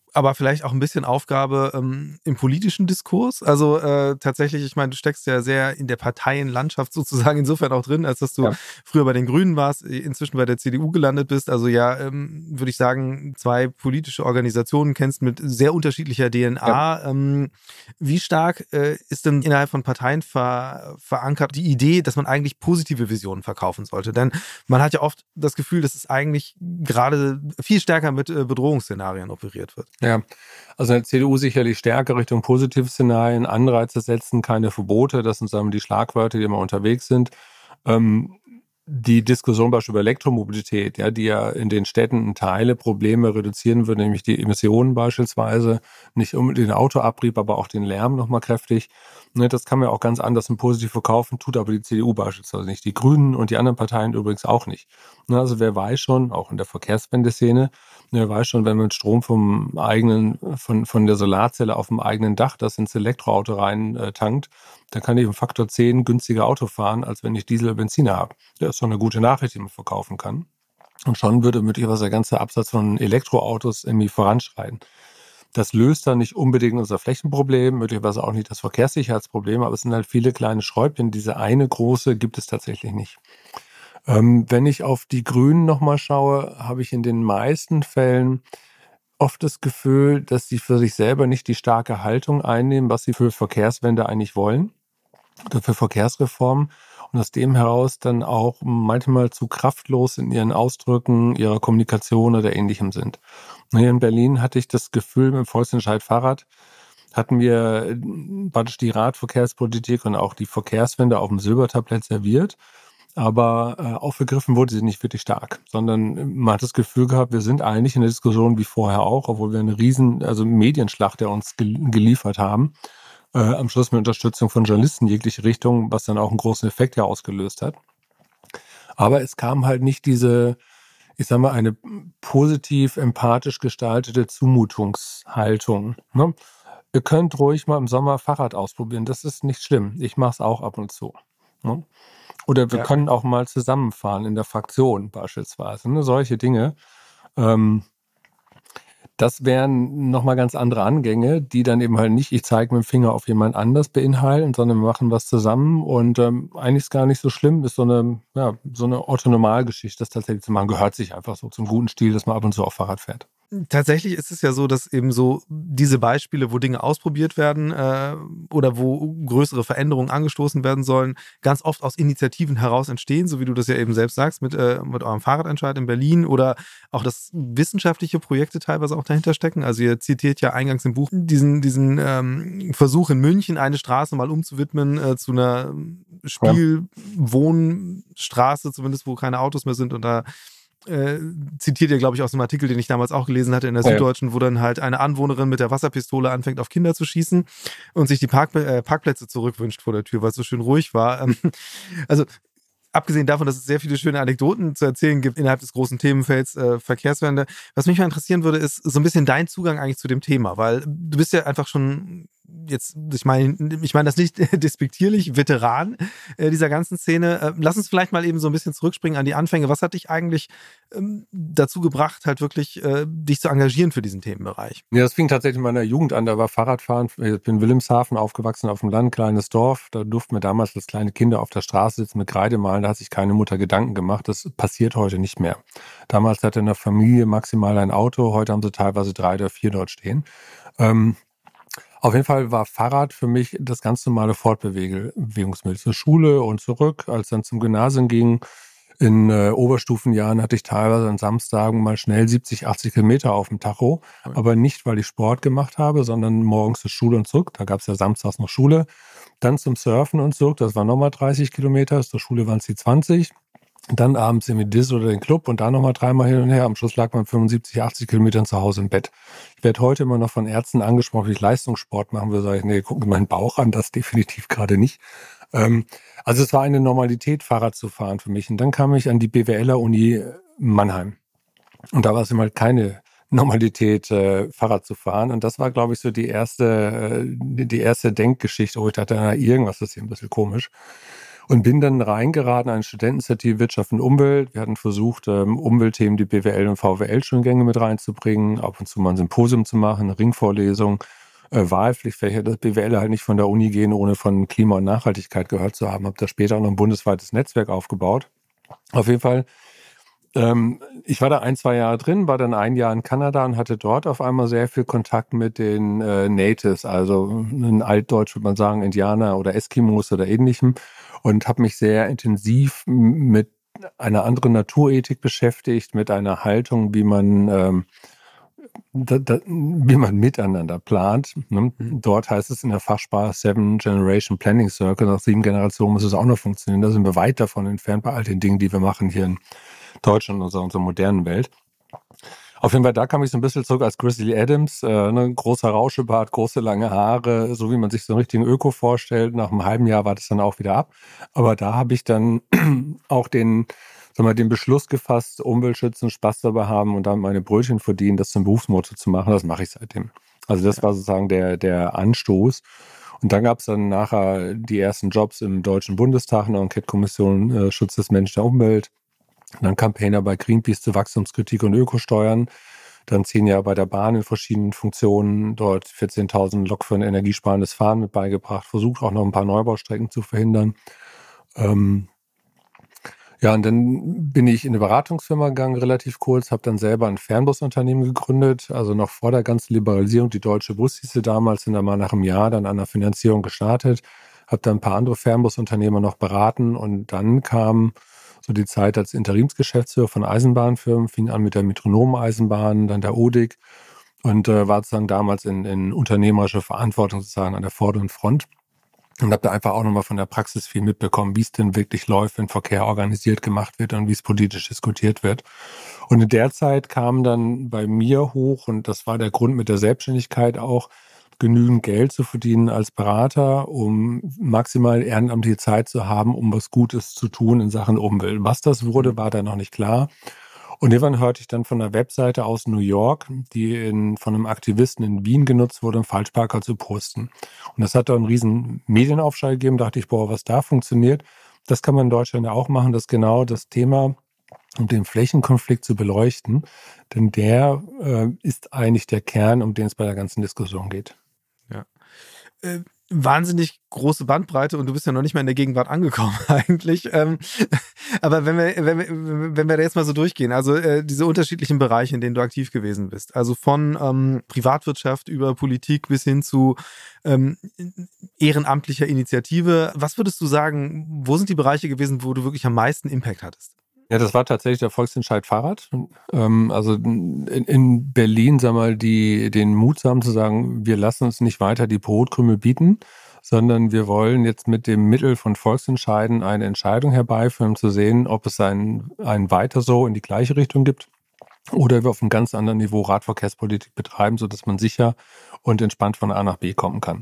aber vielleicht auch ein bisschen Aufgabe ähm, im politischen Diskurs. Also äh, tatsächlich, ich meine, du steckst ja sehr in der Parteienlandschaft sozusagen insofern auch drin, als dass du Ja. früher bei den Grünen warst, inzwischen bei der C D U gelandet bist. Also ja, ähm, würde ich sagen, zwei politische Organisationen kennst mit sehr unterschiedlicher D N A. Ja. Ähm, wie stark äh, ist denn innerhalb von Parteien ver- verankert die Idee, dass man eigentlich positive Visionen verkaufen sollte? Denn man hat ja oft das Gefühl, dass es eigentlich gerade viel stärker mit äh, Bedrohungsszenarien operiert wird. Ja, also in der C D U sicherlich stärker Richtung positive Szenarien, Anreize setzen, keine Verbote, das sind sagen wir, die Schlagwörter, die immer unterwegs sind. Ähm, die Diskussion beispielsweise über Elektromobilität, ja, die ja in den Städten Teile Probleme reduzieren würde, nämlich die Emissionen beispielsweise, nicht unbedingt den Autoabrieb, aber auch den Lärm nochmal kräftig. Ne, das kann man ja auch ganz anders und positiv verkaufen, tut aber die C D U beispielsweise nicht, die Grünen und die anderen Parteien übrigens auch nicht. Ne, also wer weiß schon, auch in der Verkehrswende-Szene, wer weiß schon, wenn man Strom vom eigenen, von, von der Solarzelle auf dem eigenen Dach das ins Elektroauto rein äh, tankt, dann kann ich um Faktor zehn günstiger Auto fahren, als wenn ich Diesel oder Benziner habe. Das ist doch eine gute Nachricht, die man verkaufen kann. Und schon würde möglicherweise der ganze Absatz von Elektroautos irgendwie voranschreiten. Das löst dann nicht unbedingt unser Flächenproblem, möglicherweise auch nicht das Verkehrssicherheitsproblem, aber es sind halt viele kleine Schräubchen. Diese eine große gibt es tatsächlich nicht. Ähm, wenn ich auf die Grünen nochmal schaue, habe ich in den meisten Fällen oft das Gefühl, dass sie für sich selber nicht die starke Haltung einnehmen, was sie für Verkehrswende eigentlich wollen oder für Verkehrsreformen und aus dem heraus dann auch manchmal zu kraftlos in ihren Ausdrücken, ihrer Kommunikation oder Ähnlichem sind. Hier in Berlin hatte ich das Gefühl, mit dem Volksentscheid Fahrrad hatten wir praktisch die Radverkehrspolitik und auch die Verkehrswende auf dem Silbertablett serviert. Aber äh, aufgegriffen wurde sie nicht wirklich stark, sondern man hat das Gefühl gehabt, wir sind eigentlich in der Diskussion wie vorher auch, obwohl wir eine riesen, also Medienschlacht der uns gel- geliefert haben, äh, am Schluss mit Unterstützung von Journalisten in jegliche Richtung, was dann auch einen großen Effekt ja ausgelöst hat. Aber es kam halt nicht diese, ich sag mal, eine positiv, empathisch gestaltete Zumutungshaltung. Ne? Ihr könnt ruhig mal im Sommer Fahrrad ausprobieren, das ist nicht schlimm. Ich mache es auch ab und zu. Ne? Oder wir ja. können auch mal zusammenfahren in der Fraktion beispielsweise. Ne? Solche Dinge. Ähm, das wären nochmal ganz andere Angänge, die dann eben halt nicht, ich zeige mit dem Finger auf jemand anders beinhalten, sondern wir machen was zusammen. Und ähm, eigentlich ist gar nicht so schlimm, ist so eine, ja, so eine Orthonormalgeschichte, das tatsächlich zu machen, gehört sich einfach so zum guten Stil, dass man ab und zu auf Fahrrad fährt. Tatsächlich ist es ja so, dass eben so diese Beispiele, wo Dinge ausprobiert werden äh, oder wo größere Veränderungen angestoßen werden sollen, ganz oft aus Initiativen heraus entstehen, so wie du das ja eben selbst sagst, mit, äh, mit eurem Fahrradentscheid in Berlin oder auch das wissenschaftliche Projekte teilweise auch dahinter stecken. Also ihr zitiert ja eingangs im Buch diesen, diesen ähm, Versuch in München, eine Straße mal umzuwidmen äh, zu einer Spielwohnstraße, zumindest wo keine Autos mehr sind und da Äh, zitiert ihr, glaube ich, aus einem Artikel, den ich damals auch gelesen hatte in der Süddeutschen, wo dann halt eine Anwohnerin mit der Wasserpistole anfängt, auf Kinder zu schießen und sich die Park- äh, Parkplätze zurückwünscht vor der Tür, weil es so schön ruhig war. Also abgesehen davon, dass es sehr viele schöne Anekdoten zu erzählen gibt innerhalb des großen Themenfelds äh, Verkehrswende. Was mich mal interessieren würde, ist so ein bisschen dein Zugang eigentlich zu dem Thema, weil du bist ja einfach schon jetzt, ich meine, ich meine das nicht despektierlich, Veteran äh, dieser ganzen Szene. Äh, lass uns vielleicht mal eben so ein bisschen zurückspringen an die Anfänge. Was hat dich eigentlich ähm, dazu gebracht, halt wirklich äh, dich zu engagieren für diesen Themenbereich? Ja, das fing tatsächlich in meiner Jugend an. Da war Fahrradfahren. Ich bin in Wilhelmshaven aufgewachsen, auf dem Land, kleines Dorf. Da durften wir damals als kleine Kinder auf der Straße sitzen mit Kreide malen. Da hat sich keine Mutter Gedanken gemacht. Das passiert heute nicht mehr. Damals hatte eine Familie maximal ein Auto. Heute haben sie teilweise drei oder vier dort stehen. Ähm, Auf jeden Fall war Fahrrad für mich das ganz normale Fortbewegungsmittel zur Schule und zurück. Als dann zum Gymnasium ging, in äh, Oberstufenjahren hatte ich teilweise an Samstagen mal schnell siebzig, achtzig Kilometer auf dem Tacho. Okay. Aber nicht, weil ich Sport gemacht habe, sondern morgens zur Schule und zurück. Da gab es ja samstags noch Schule. Dann zum Surfen und zurück, das waren nochmal dreißig Kilometer. Zur Schule waren es die zwanzig. Dann abends in die Dis oder den Club und da nochmal dreimal hin und her. Am Schluss lag man fünfundsiebzig, achtzig Kilometern zu Hause im Bett. Ich werde heute immer noch von Ärzten angesprochen, wie ich Leistungssport machen will. Sage ich, nee, gucken Sie meinen Bauch an, das definitiv gerade nicht. Ähm, also es war eine Normalität, Fahrrad zu fahren für mich. Und dann kam ich an die B W L-Uni Mannheim. Und da war es immer halt keine Normalität, äh, Fahrrad zu fahren. Und das war, glaube ich, so die erste, äh, die erste Denkgeschichte, wo ich dachte, na, irgendwas ist hier ein bisschen komisch. Und bin dann reingeraten, eine Studenteninitiative Wirtschaft und Umwelt. Wir hatten versucht, ähm, Umweltthemen, die B W L- und V W L-Studiengänge mit reinzubringen, ab und zu mal ein Symposium zu machen, eine Ringvorlesung, äh, Wahlpflichtfächer, dass B W L halt nicht von der Uni gehen, ohne von Klima und Nachhaltigkeit gehört zu haben. Habe da später auch noch ein bundesweites Netzwerk aufgebaut. Auf jeden Fall, ähm, ich war da ein, zwei Jahre drin, war dann ein Jahr in Kanada und hatte dort auf einmal sehr viel Kontakt mit den äh, Natives, also in Altdeutsch würde man sagen Indianer oder Eskimos oder ähnlichem, und habe mich sehr intensiv mit einer anderen Naturethik beschäftigt, mit einer Haltung, wie man ähm, da, da, wie man miteinander plant. Ne? Mhm. Dort heißt es in der Fachsprache Seven Generation Planning Circle. Nach sieben Generationen muss es auch noch funktionieren. Da sind wir weit davon entfernt bei all den Dingen, die wir machen hier in Deutschland, unserer, unserer modernen Welt. Auf jeden Fall, da kam ich so ein bisschen zurück als Grizzly Adams. Äh, ne? Großer Rauschebart, große lange Haare, so wie man sich so einen richtigen Öko vorstellt. Nach einem halben Jahr war das dann auch wieder ab. Aber da habe ich dann auch den Sag mal, den Beschluss gefasst, Umweltschützen, Spaß dabei haben und dann meine Brötchen verdienen, das zum Berufsmotto zu machen. Das mache ich seitdem. Also das war sozusagen der, der Anstoß. Und dann gab es dann nachher die ersten Jobs im Deutschen Bundestag, eine Enquete-Kommission äh, Schutz des Menschen der Umwelt. Und dann Campaigner bei Greenpeace zu Wachstumskritik und Ökosteuern. Dann zehn Jahre bei der Bahn in verschiedenen Funktionen, dort vierzehntausend Lok für ein energiesparendes Fahren mit beigebracht, versucht auch noch ein paar Neubaustrecken zu verhindern. Ähm, Ja, und dann bin ich in eine Beratungsfirma gegangen, relativ kurz, habe dann selber ein Fernbusunternehmen gegründet, also noch vor der ganzen Liberalisierung. Die Deutsche Bus hieß sie damals, sind dann mal nach einem Jahr dann an der Finanzierung gestartet, habe dann ein paar andere Fernbusunternehmer noch beraten und dann kam so die Zeit als Interimsgeschäftsführer von Eisenbahnfirmen, fing an mit der Metronom-Eisenbahn, dann der O D I C und äh, war sozusagen damals in, in unternehmerischer Verantwortung sozusagen an der vorderen Front. Und habe da einfach auch nochmal von der Praxis viel mitbekommen, wie es denn wirklich läuft, wenn Verkehr organisiert gemacht wird und wie es politisch diskutiert wird. Und in der Zeit kam dann bei mir hoch, und das war der Grund mit der Selbstständigkeit auch, genügend Geld zu verdienen als Berater, um maximal ehrenamtliche Zeit zu haben, um was Gutes zu tun in Sachen Umwelt. Was das wurde, war da noch nicht klar. Und irgendwann hörte ich dann von einer Webseite aus New York, die in, von einem Aktivisten in Wien genutzt wurde, um Falschparker zu posten. Und das hat da einen riesen Medienaufschrei gegeben. Da dachte ich, boah, was da funktioniert, das kann man in Deutschland ja auch machen. Das ist genau das Thema, um den Flächenkonflikt zu beleuchten. Denn der äh, ist eigentlich der Kern, um den es bei der ganzen Diskussion geht. Ja. Äh, wahnsinnig große Bandbreite und du bist ja noch nicht mal in der Gegenwart angekommen eigentlich. Ähm, aber wenn wir, wenn wir, wenn wir da jetzt mal so durchgehen, also äh, diese unterschiedlichen Bereiche, in denen du aktiv gewesen bist, also von ähm, Privatwirtschaft über Politik bis hin zu ähm, ehrenamtlicher Initiative, was würdest du sagen, wo sind die Bereiche gewesen, wo du wirklich am meisten Impact hattest? Ja, das war tatsächlich der Volksentscheid Fahrrad. Ähm, also in, in Berlin, sag mal, die, den Mut zu haben zu sagen, wir lassen uns nicht weiter die Brotkrümel bieten, sondern wir wollen jetzt mit dem Mittel von Volksentscheiden eine Entscheidung herbeiführen, um zu sehen, ob es ein, ein weiter so in die gleiche Richtung gibt oder wir auf einem ganz anderen Niveau Radverkehrspolitik betreiben, sodass man sicher und entspannt von A nach B kommen kann.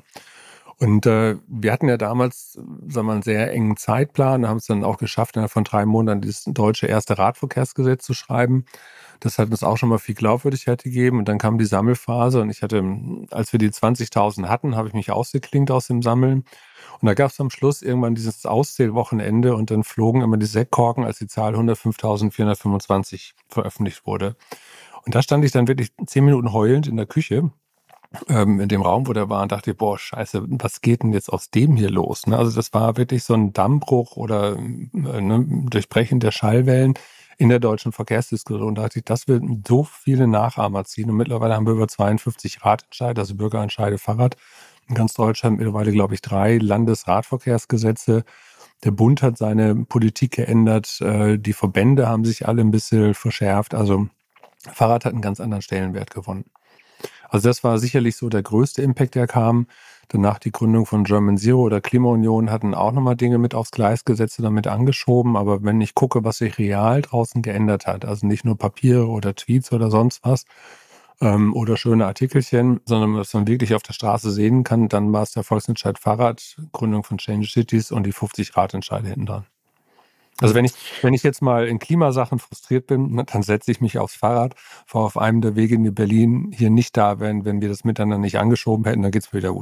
Und äh, wir hatten ja damals, sagen wir mal, einen sehr engen Zeitplan, haben es dann auch geschafft, innerhalb von drei Monaten das deutsche erste Radverkehrsgesetz zu schreiben. Das hat uns auch schon mal viel Glaubwürdigkeit gegeben. Und dann kam die Sammelphase und ich hatte, als wir die zwanzigtausend hatten, habe ich mich ausgeklinkt aus dem Sammeln. Und da gab es am Schluss irgendwann dieses Auszählwochenende und dann flogen immer die Sektkorken, als die Zahl hundertfünftausendvierhundertfünfundzwanzig veröffentlicht wurde. Und da stand ich dann wirklich zehn Minuten heulend in der Küche, ähm, in dem Raum, wo der war, und dachte, boah, scheiße, was geht denn jetzt aus dem hier los? Ne? Also das war wirklich so ein Dammbruch oder äh, ne, Durchbrechen der Schallwellen in der deutschen Verkehrsdiskussion. Da dachte ich, das wird so viele Nachahmer ziehen. Und mittlerweile haben wir über zweiundfünfzig Radentscheide, also Bürgerentscheide Fahrrad. In ganz Deutschland mittlerweile, glaube ich, drei Landesradverkehrsgesetze. Der Bund hat seine Politik geändert. Die Verbände haben sich alle ein bisschen verschärft. Also Fahrrad hat einen ganz anderen Stellenwert gewonnen. Also das war sicherlich so der größte Impact, der kam. Danach die Gründung von German Zero oder Klimaunion hatten auch nochmal Dinge mit aufs Gleis gesetzt und damit angeschoben. Aber wenn ich gucke, was sich real draußen geändert hat, also nicht nur Papiere oder Tweets oder sonst was ähm, oder schöne Artikelchen, sondern was man wirklich auf der Straße sehen kann, dann war es der Volksentscheid Fahrrad, Gründung von Change Cities und die fünfzig Radentscheide hinten dran. Also wenn ich, wenn ich jetzt mal in Klimasachen frustriert bin, dann setze ich mich aufs Fahrrad, fahre auf einem der Wege in Berlin hier nicht da wären, wenn wir das miteinander nicht angeschoben hätten, dann geht's mir wieder gut.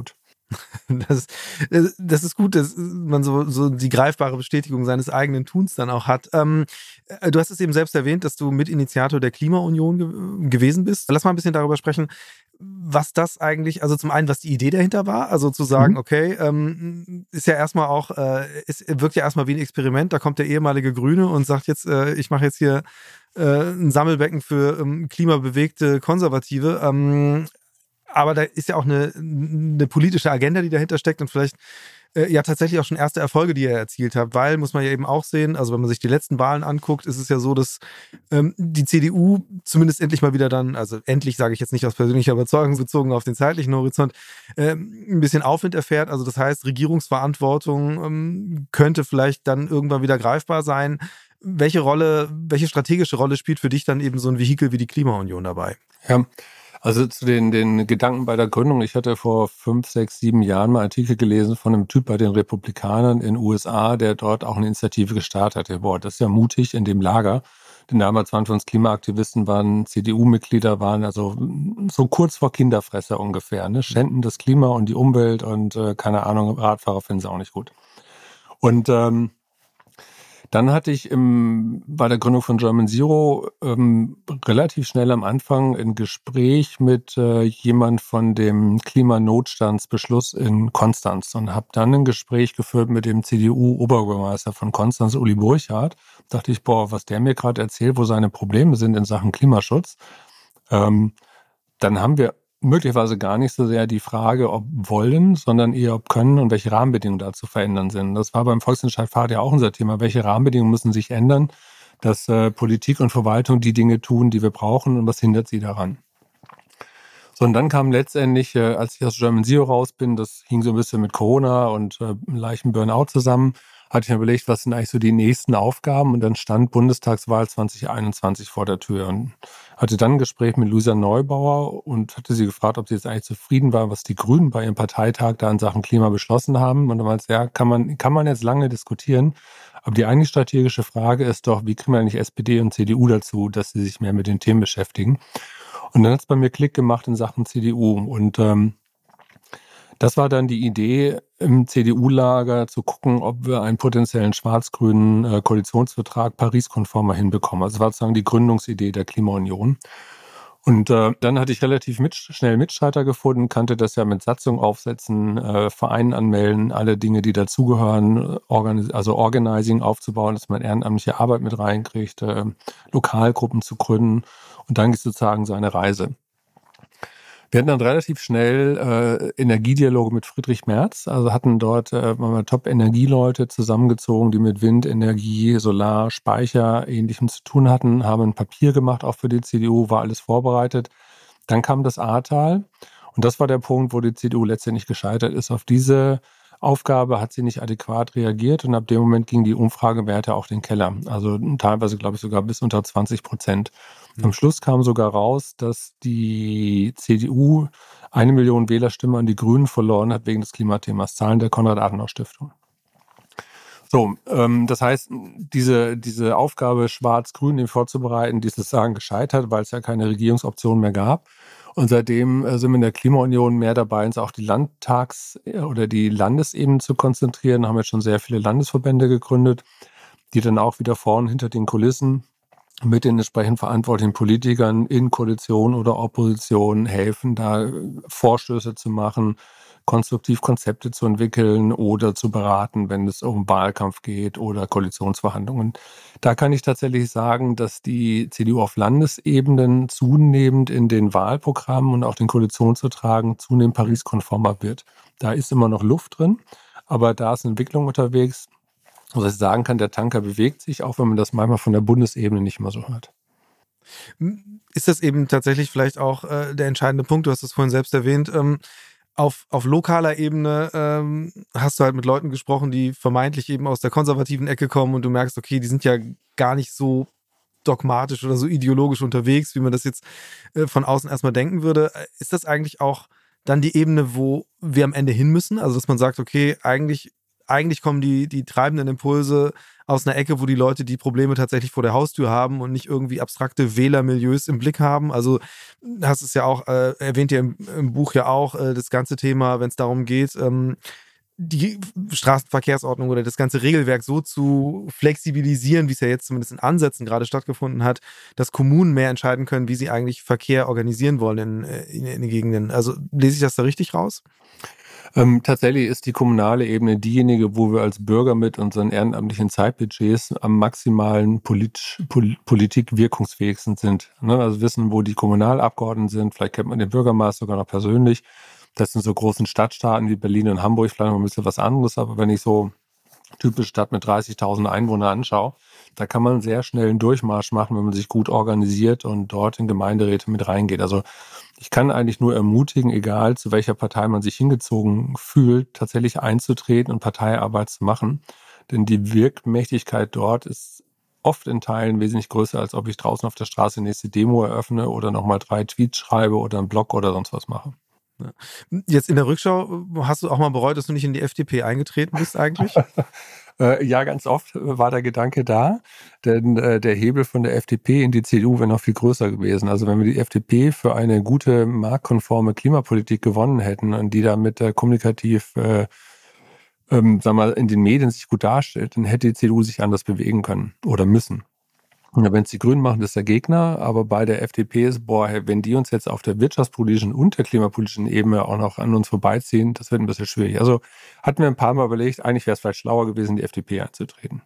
Das, das ist gut, dass man so, so die greifbare Bestätigung seines eigenen Tuns dann auch hat. Ähm, du hast es eben selbst erwähnt, dass du Mitinitiator der Klimaunion ge- gewesen bist. Lass mal ein bisschen darüber sprechen, was das eigentlich, also zum einen, was die Idee dahinter war, also zu sagen, mhm. okay, ähm, ist ja erstmal auch, äh, es wirkt ja erstmal wie ein Experiment, da kommt der ehemalige Grüne und sagt jetzt, äh, ich mache jetzt hier äh, ein Sammelbecken für ähm, klimabewegte Konservative. Ähm, Aber da ist ja auch eine, eine politische Agenda, die dahinter steckt und vielleicht äh, ja tatsächlich auch schon erste Erfolge, die ihr erzielt habt. Weil, muss man ja eben auch sehen, also wenn man sich die letzten Wahlen anguckt, ist es ja so, dass ähm, die C D U zumindest endlich mal wieder dann, also endlich sage ich jetzt nicht aus persönlicher Überzeugung bezogen auf den zeitlichen Horizont, äh, ein bisschen Aufwind erfährt. Also das heißt, Regierungsverantwortung ähm, könnte vielleicht dann irgendwann wieder greifbar sein. Welche Rolle, welche strategische Rolle spielt für dich dann eben so ein Vehikel wie die Klimaunion dabei? Ja, also zu den, den Gedanken bei der Gründung. Ich hatte vor fünf, sechs, sieben Jahren mal Artikel gelesen von einem Typ bei den Republikanern in den U S A, der dort auch eine Initiative gestartet hatte. Boah, das ist ja mutig in dem Lager. Denn damals waren für uns Klimaaktivisten, waren C D U-Mitglieder, waren also so kurz vor Kinderfresser ungefähr. Ne? Schänden das Klima und die Umwelt und äh, keine Ahnung, Radfahrer finden sie auch nicht gut. Und ähm, Dann hatte ich im, bei der Gründung von German Zero ähm, relativ schnell am Anfang ein Gespräch mit äh, jemand von dem Klimanotstandsbeschluss in Konstanz und habe dann ein Gespräch geführt mit dem C D U-Oberbürgermeister von Konstanz, Uli Burchardt. Dachte ich, boah, was der mir gerade erzählt, wo seine Probleme sind in Sachen Klimaschutz. Ähm, dann haben wir möglicherweise gar nicht so sehr die Frage, ob wollen, sondern eher ob können und welche Rahmenbedingungen da zu verändern sind. Das war beim Volksentscheid Fahrrad ja auch unser Thema. Welche Rahmenbedingungen müssen sich ändern, dass äh, Politik und Verwaltung die Dinge tun, die wir brauchen und was hindert sie daran? So, und dann kam letztendlich, äh, als ich aus German Zero raus bin, das hing so ein bisschen mit Corona und äh, einem leichten Burnout zusammen, hatte ich mir überlegt, was sind eigentlich so die nächsten Aufgaben, und dann stand Bundestagswahl zwanzig einundzwanzig vor der Tür und hatte dann ein Gespräch mit Luisa Neubauer und hatte sie gefragt, ob sie jetzt eigentlich zufrieden war, was die Grünen bei ihrem Parteitag da in Sachen Klima beschlossen haben. Und dann meinte sie, ja, kann man, kann man jetzt lange diskutieren, aber die eigentlich strategische Frage ist doch, wie kriegen wir eigentlich S P D und C D U dazu, dass sie sich mehr mit den Themen beschäftigen? Und dann hat es bei mir Klick gemacht in Sachen C D U und ähm, das war dann die Idee, im C D U-Lager zu gucken, ob wir einen potenziellen schwarz-grünen äh, Koalitionsvertrag Paris-konformer hinbekommen. Also das war sozusagen die Gründungsidee der Klimaunion. Und äh, dann hatte ich relativ mit, schnell Mitstreiter gefunden, kannte das ja mit Satzung aufsetzen, äh, Vereinen anmelden, alle Dinge, die dazugehören, organis- also Organizing aufzubauen, dass man ehrenamtliche Arbeit mit reinkriegt, äh, Lokalgruppen zu gründen. Und dann geht sozusagen seine Reise. Wir hatten dann relativ schnell äh, Energiedialoge mit Friedrich Merz, also hatten dort äh, Top-Energieleute zusammengezogen, die mit Wind, Energie, Solar, Speicher, Ähnlichem zu tun hatten, haben ein Papier gemacht, auch für die C D U, war alles vorbereitet. Dann kam das Ahrtal und das war der Punkt, wo die C D U letztendlich gescheitert ist. Auf diese Aufgabe hat sie nicht adäquat reagiert und ab dem Moment ging die Umfragewerte auch den Keller. Also teilweise, glaube ich, sogar bis unter zwanzig Prozent. Am Schluss kam sogar raus, dass die C D U eine Million Wählerstimmen an die Grünen verloren hat wegen des Klimathemas. Zahlen der Konrad-Adenauer-Stiftung. So, ähm, das heißt, diese, diese Aufgabe, Schwarz-Grün eben vorzubereiten, die ist sozusagen gescheitert, weil es ja keine Regierungsoption mehr gab. Und seitdem äh, sind wir in der Klimaunion mehr dabei, uns auch die Landtags- oder die Landesebene zu konzentrieren. Haben jetzt schon sehr viele Landesverbände gegründet, die dann auch wieder vorne hinter den Kulissen mit den entsprechend verantwortlichen Politikern in Koalition oder Opposition helfen, da Vorstöße zu machen, konstruktiv Konzepte zu entwickeln oder zu beraten, wenn es um Wahlkampf geht oder Koalitionsverhandlungen. Da kann ich tatsächlich sagen, dass die C D U auf Landesebenen zunehmend in den Wahlprogrammen und auch den Koalitionsverträgen zunehmend Paris-konformer wird. Da ist immer noch Luft drin, aber da ist eine Entwicklung unterwegs. Was ich sagen kann, der Tanker bewegt sich, auch wenn man das manchmal von der Bundesebene nicht mehr so hört. Ist das eben tatsächlich vielleicht auch äh, der entscheidende Punkt, du hast es vorhin selbst erwähnt, ähm, auf, auf lokaler Ebene ähm, hast du halt mit Leuten gesprochen, die vermeintlich eben aus der konservativen Ecke kommen und du merkst, okay, die sind ja gar nicht so dogmatisch oder so ideologisch unterwegs, wie man das jetzt äh, von außen erstmal denken würde. Ist das eigentlich auch dann die Ebene, wo wir am Ende hin müssen? Also dass man sagt, okay, eigentlich Eigentlich kommen die, die treibenden Impulse aus einer Ecke, wo die Leute die Probleme tatsächlich vor der Haustür haben und nicht irgendwie abstrakte Wählermilieus im Blick haben. Also hast es ja auch, äh, erwähnt ihr im, im Buch ja auch, äh, das ganze Thema, wenn es darum geht, ähm, die Straßenverkehrsordnung oder das ganze Regelwerk so zu flexibilisieren, wie es ja jetzt zumindest in Ansätzen gerade stattgefunden hat, dass Kommunen mehr entscheiden können, wie sie eigentlich Verkehr organisieren wollen in, in, in den Gegenden. Also lese ich das da richtig raus? Ähm, tatsächlich ist die kommunale Ebene diejenige, wo wir als Bürger mit unseren ehrenamtlichen Zeitbudgets am maximalen Polit Pol Politik wirkungsfähigsten sind. Ne? Also wissen, wo die Kommunalabgeordneten sind. Vielleicht kennt man den Bürgermeister sogar noch persönlich. Das sind so großen Stadtstaaten wie Berlin und Hamburg, vielleicht noch ein bisschen was anderes. Aber wenn ich so typische Stadt mit dreißigtausend Einwohnern anschaue, da kann man sehr schnell einen Durchmarsch machen, wenn man sich gut organisiert und dort in Gemeinderäte mit reingeht. Also ich kann eigentlich nur ermutigen, egal zu welcher Partei man sich hingezogen fühlt, tatsächlich einzutreten und Parteiarbeit zu machen. Denn die Wirkmächtigkeit dort ist oft in Teilen wesentlich größer, als ob ich draußen auf der Straße die nächste Demo eröffne oder nochmal drei Tweets schreibe oder einen Blog oder sonst was mache. Jetzt in der Rückschau, hast du auch mal bereut, dass du nicht in die F D P eingetreten bist eigentlich? äh, ja, ganz oft war der Gedanke da, denn äh, der Hebel von der F D P in die C D U wäre noch viel größer gewesen. Also wenn wir die F D P für eine gute, marktkonforme Klimapolitik gewonnen hätten und die damit äh, kommunikativ äh, ähm, sagen wir mal, in den Medien sich gut darstellt, dann hätte die C D U sich anders bewegen können oder müssen. Wenn es die Grünen machen, ist der Gegner, aber bei der F D P ist, boah, wenn die uns jetzt auf der wirtschaftspolitischen und der klimapolitischen Ebene auch noch an uns vorbeiziehen, das wird ein bisschen schwierig. Also hatten wir ein paar Mal überlegt, eigentlich wäre es vielleicht schlauer gewesen, die F D P einzutreten.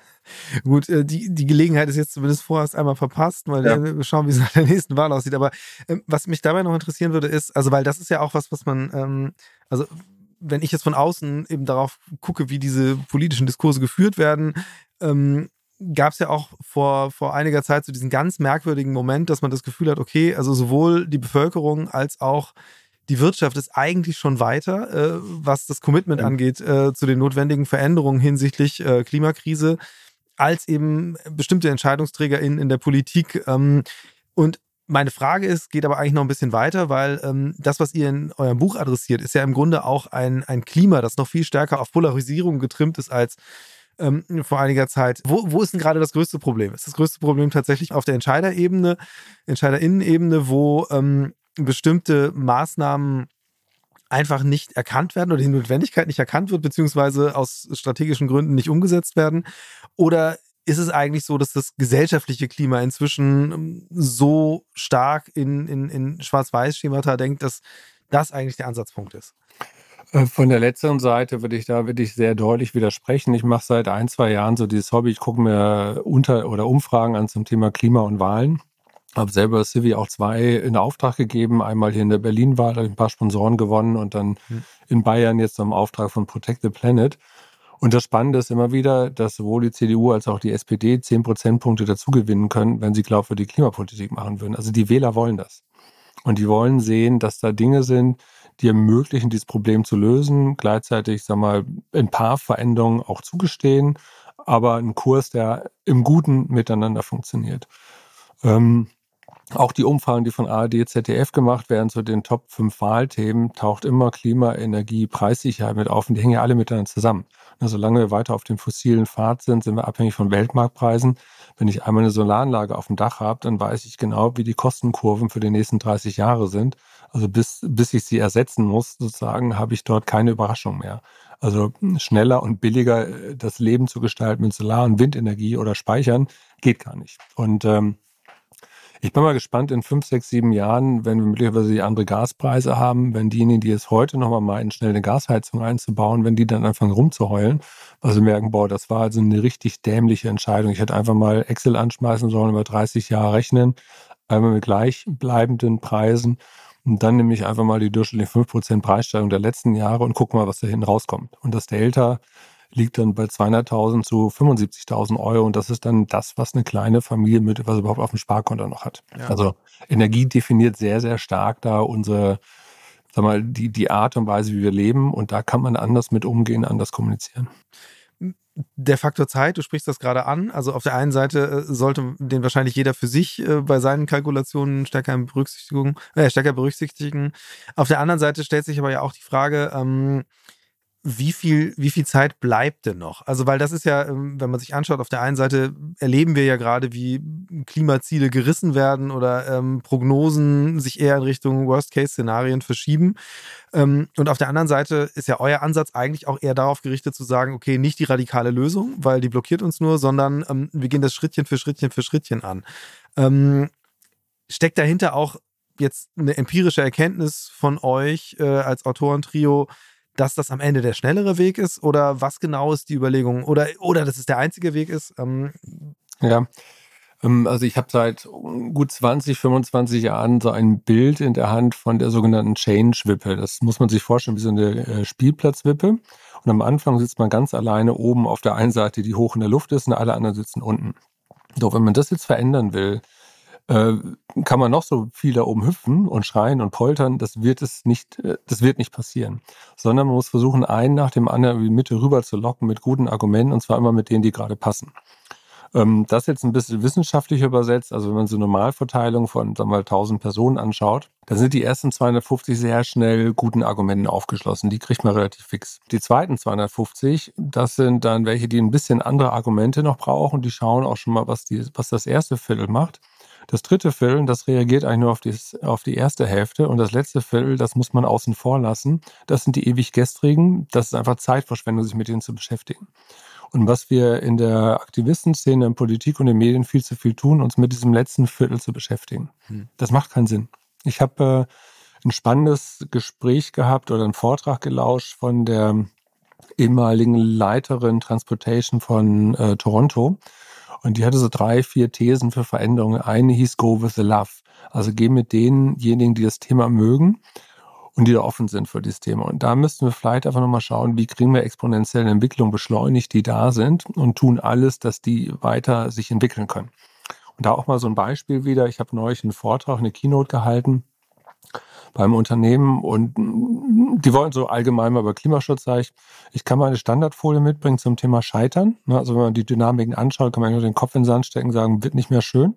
Gut, die, die Gelegenheit ist jetzt zumindest vorerst einmal verpasst, weil ja. wir schauen, wie es nach der nächsten Wahl aussieht. Aber ähm, was mich dabei noch interessieren würde, ist, also weil das ist ja auch was, was man, ähm, also wenn ich jetzt von außen eben darauf gucke, wie diese politischen Diskurse geführt werden, ähm, gab es ja auch vor, vor einiger Zeit so diesen ganz merkwürdigen Moment, dass man das Gefühl hat, okay, also sowohl die Bevölkerung als auch die Wirtschaft ist eigentlich schon weiter, äh, was das Commitment ja. angeht, äh, zu den notwendigen Veränderungen hinsichtlich äh, Klimakrise, als eben bestimmte EntscheidungsträgerInnen in der Politik. Ähm, und meine Frage ist, geht aber eigentlich noch ein bisschen weiter, weil ähm, das, was ihr in eurem Buch adressiert, ist ja im Grunde auch ein, ein Klima, das noch viel stärker auf Polarisierung getrimmt ist als ähm, vor einiger Zeit. Wo, wo ist denn gerade das größte Problem? Ist das größte Problem tatsächlich auf der Entscheiderebene, EntscheiderInnen-Ebene, wo ähm, bestimmte Maßnahmen einfach nicht erkannt werden oder die Notwendigkeit nicht erkannt wird, beziehungsweise aus strategischen Gründen nicht umgesetzt werden? Oder ist es eigentlich so, dass das gesellschaftliche Klima inzwischen so stark in, in, in Schwarz-Weiß-Schemata denkt, dass das eigentlich der Ansatzpunkt ist? Von der letzteren Seite würde ich da wirklich sehr deutlich widersprechen. Ich mache seit ein, zwei Jahren so dieses Hobby. Ich gucke mir Unter- oder Umfragen an zum Thema Klima und Wahlen. Habe selber Civi auch zwei in Auftrag gegeben. Einmal hier in der Berlin-Wahl, habe ich ein paar Sponsoren gewonnen und dann hm. in Bayern jetzt im Auftrag von Protect the Planet. Und das Spannende ist immer wieder, dass sowohl die C D U als auch die S P D zehn Prozentpunkte dazu gewinnen können, wenn sie glaubwürdige Klimapolitik machen würden. Also die Wähler wollen das. Und die wollen sehen, dass da Dinge sind, die ermöglichen, dieses Problem zu lösen, gleichzeitig, sag mal, ein paar Veränderungen auch zugestehen, aber ein Kurs, der im Guten miteinander funktioniert. Ähm, auch die Umfragen, die von A R D, Z D F gemacht werden zu den Top fünf Wahlthemen, taucht immer Klima, Energie, Preissicherheit mit auf und die hängen ja alle miteinander zusammen. Und solange wir weiter auf dem fossilen Pfad sind, sind wir abhängig von Weltmarktpreisen. Wenn ich einmal eine Solaranlage auf dem Dach habe, dann weiß ich genau, wie die Kostenkurven für die nächsten dreißig Jahre sind. Also bis, bis ich sie ersetzen muss, sozusagen, habe ich dort keine Überraschung mehr. Also schneller und billiger das Leben zu gestalten mit Solar- und Windenergie oder Speichern geht gar nicht. Und ähm, ich bin mal gespannt in fünf, sechs, sieben Jahren, wenn wir möglicherweise die andere Gaspreise haben, wenn diejenigen, die es heute nochmal meinen, schnell eine Gasheizung einzubauen, wenn die dann anfangen rumzuheulen, weil sie merken, boah, das war also eine richtig dämliche Entscheidung. Ich hätte einfach mal Excel anschmeißen sollen, über dreißig Jahre rechnen, einmal mit gleichbleibenden Preisen und dann nehme ich einfach mal die durchschnittliche fünf Prozent Preissteigerung der letzten Jahre und guck mal, was da hinten rauskommt. Und das Delta liegt dann bei zweihunderttausend zu fünfundsiebzigtausend Euro und das ist dann das, was eine kleine Familie mit was überhaupt auf dem Sparkonto noch hat. Ja. Also Energie definiert sehr, sehr stark da unsere, sag mal, die, die Art und Weise, wie wir leben und da kann man anders mit umgehen, anders kommunizieren. Der Faktor Zeit, du sprichst das gerade an, also auf der einen Seite sollte den wahrscheinlich jeder für sich äh, bei seinen Kalkulationen stärker in Berücksichtigung, äh, stärker berücksichtigen. Auf der anderen Seite stellt sich aber ja auch die Frage, ähm, wie viel, wie viel Zeit bleibt denn noch? Also, weil das ist ja, wenn man sich anschaut, auf der einen Seite erleben wir ja gerade, wie Klimaziele gerissen werden oder ähm, Prognosen sich eher in Richtung Worst-Case-Szenarien verschieben. Ähm, und auf der anderen Seite ist ja euer Ansatz eigentlich auch eher darauf gerichtet zu sagen, okay, nicht die radikale Lösung, weil die blockiert uns nur, sondern ähm, wir gehen das Schrittchen für Schrittchen für Schrittchen an. Ähm, steckt dahinter auch jetzt eine empirische Erkenntnis von euch äh, als Autorentrio, dass das am Ende der schnellere Weg ist, oder was genau ist die Überlegung, oder, oder dass es der einzige Weg ist? Ähm ja, ähm, also ich habe seit gut zwanzig, fünfundzwanzig Jahren so ein Bild in der Hand von der sogenannten Change-Wippe. Das muss man sich vorstellen wie so eine äh, Spielplatzwippe. Und am Anfang sitzt man ganz alleine oben auf der einen Seite, die hoch in der Luft ist, und alle anderen sitzen unten. So, wenn man das jetzt verändern will, äh, kann man noch so viel da oben hüpfen und schreien und poltern, das wird es nicht, äh, das wird nicht passieren. Sondern man muss versuchen, einen nach dem anderen in die Mitte rüber zu locken mit guten Argumenten, und zwar immer mit denen, die gerade passen. Ähm, das jetzt ein bisschen wissenschaftlich übersetzt, also wenn man so eine Normalverteilung von, sagen wir mal, tausend Personen anschaut, dann sind die ersten zweihundertfünfzig sehr schnell guten Argumenten aufgeschlossen. Die kriegt man relativ fix. Die zweiten zweihundertfünfzig, das sind dann welche, die ein bisschen andere Argumente noch brauchen. Die schauen auch schon mal, was, die, was das erste Viertel macht. Das dritte Viertel, das reagiert eigentlich nur auf die, auf die erste Hälfte, und das letzte Viertel, das muss man außen vor lassen. Das sind die ewig Gestrigen. Das ist einfach Zeitverschwendung, sich mit denen zu beschäftigen. Und was wir in der Aktivistenszene, in Politik und in den Medien viel zu viel tun, uns mit diesem letzten Viertel zu beschäftigen. Hm. Das macht keinen Sinn. Ich habe äh, ein spannendes Gespräch gehabt oder einen Vortrag gelauscht von der ehemaligen Leiterin Transportation von äh, Toronto. Und die hatte so drei, vier Thesen für Veränderungen. Eine hieß Go with the Love. Also geh mit denjenigen, die das Thema mögen und die da offen sind für dieses Thema. Und da müssten wir vielleicht einfach nochmal schauen, wie kriegen wir exponentielle Entwicklung beschleunigt, die da sind, und tun alles, dass die weiter sich entwickeln können. Und da auch mal so ein Beispiel wieder. Ich habe neulich einen Vortrag, eine Keynote gehalten beim Unternehmen, und die wollten so allgemein mal über Klimaschutz. Sag ich, ich kann mal eine Standardfolie mitbringen zum Thema Scheitern. Also wenn man die Dynamiken anschaut, kann man nur den Kopf in den Sand stecken und sagen, wird nicht mehr schön.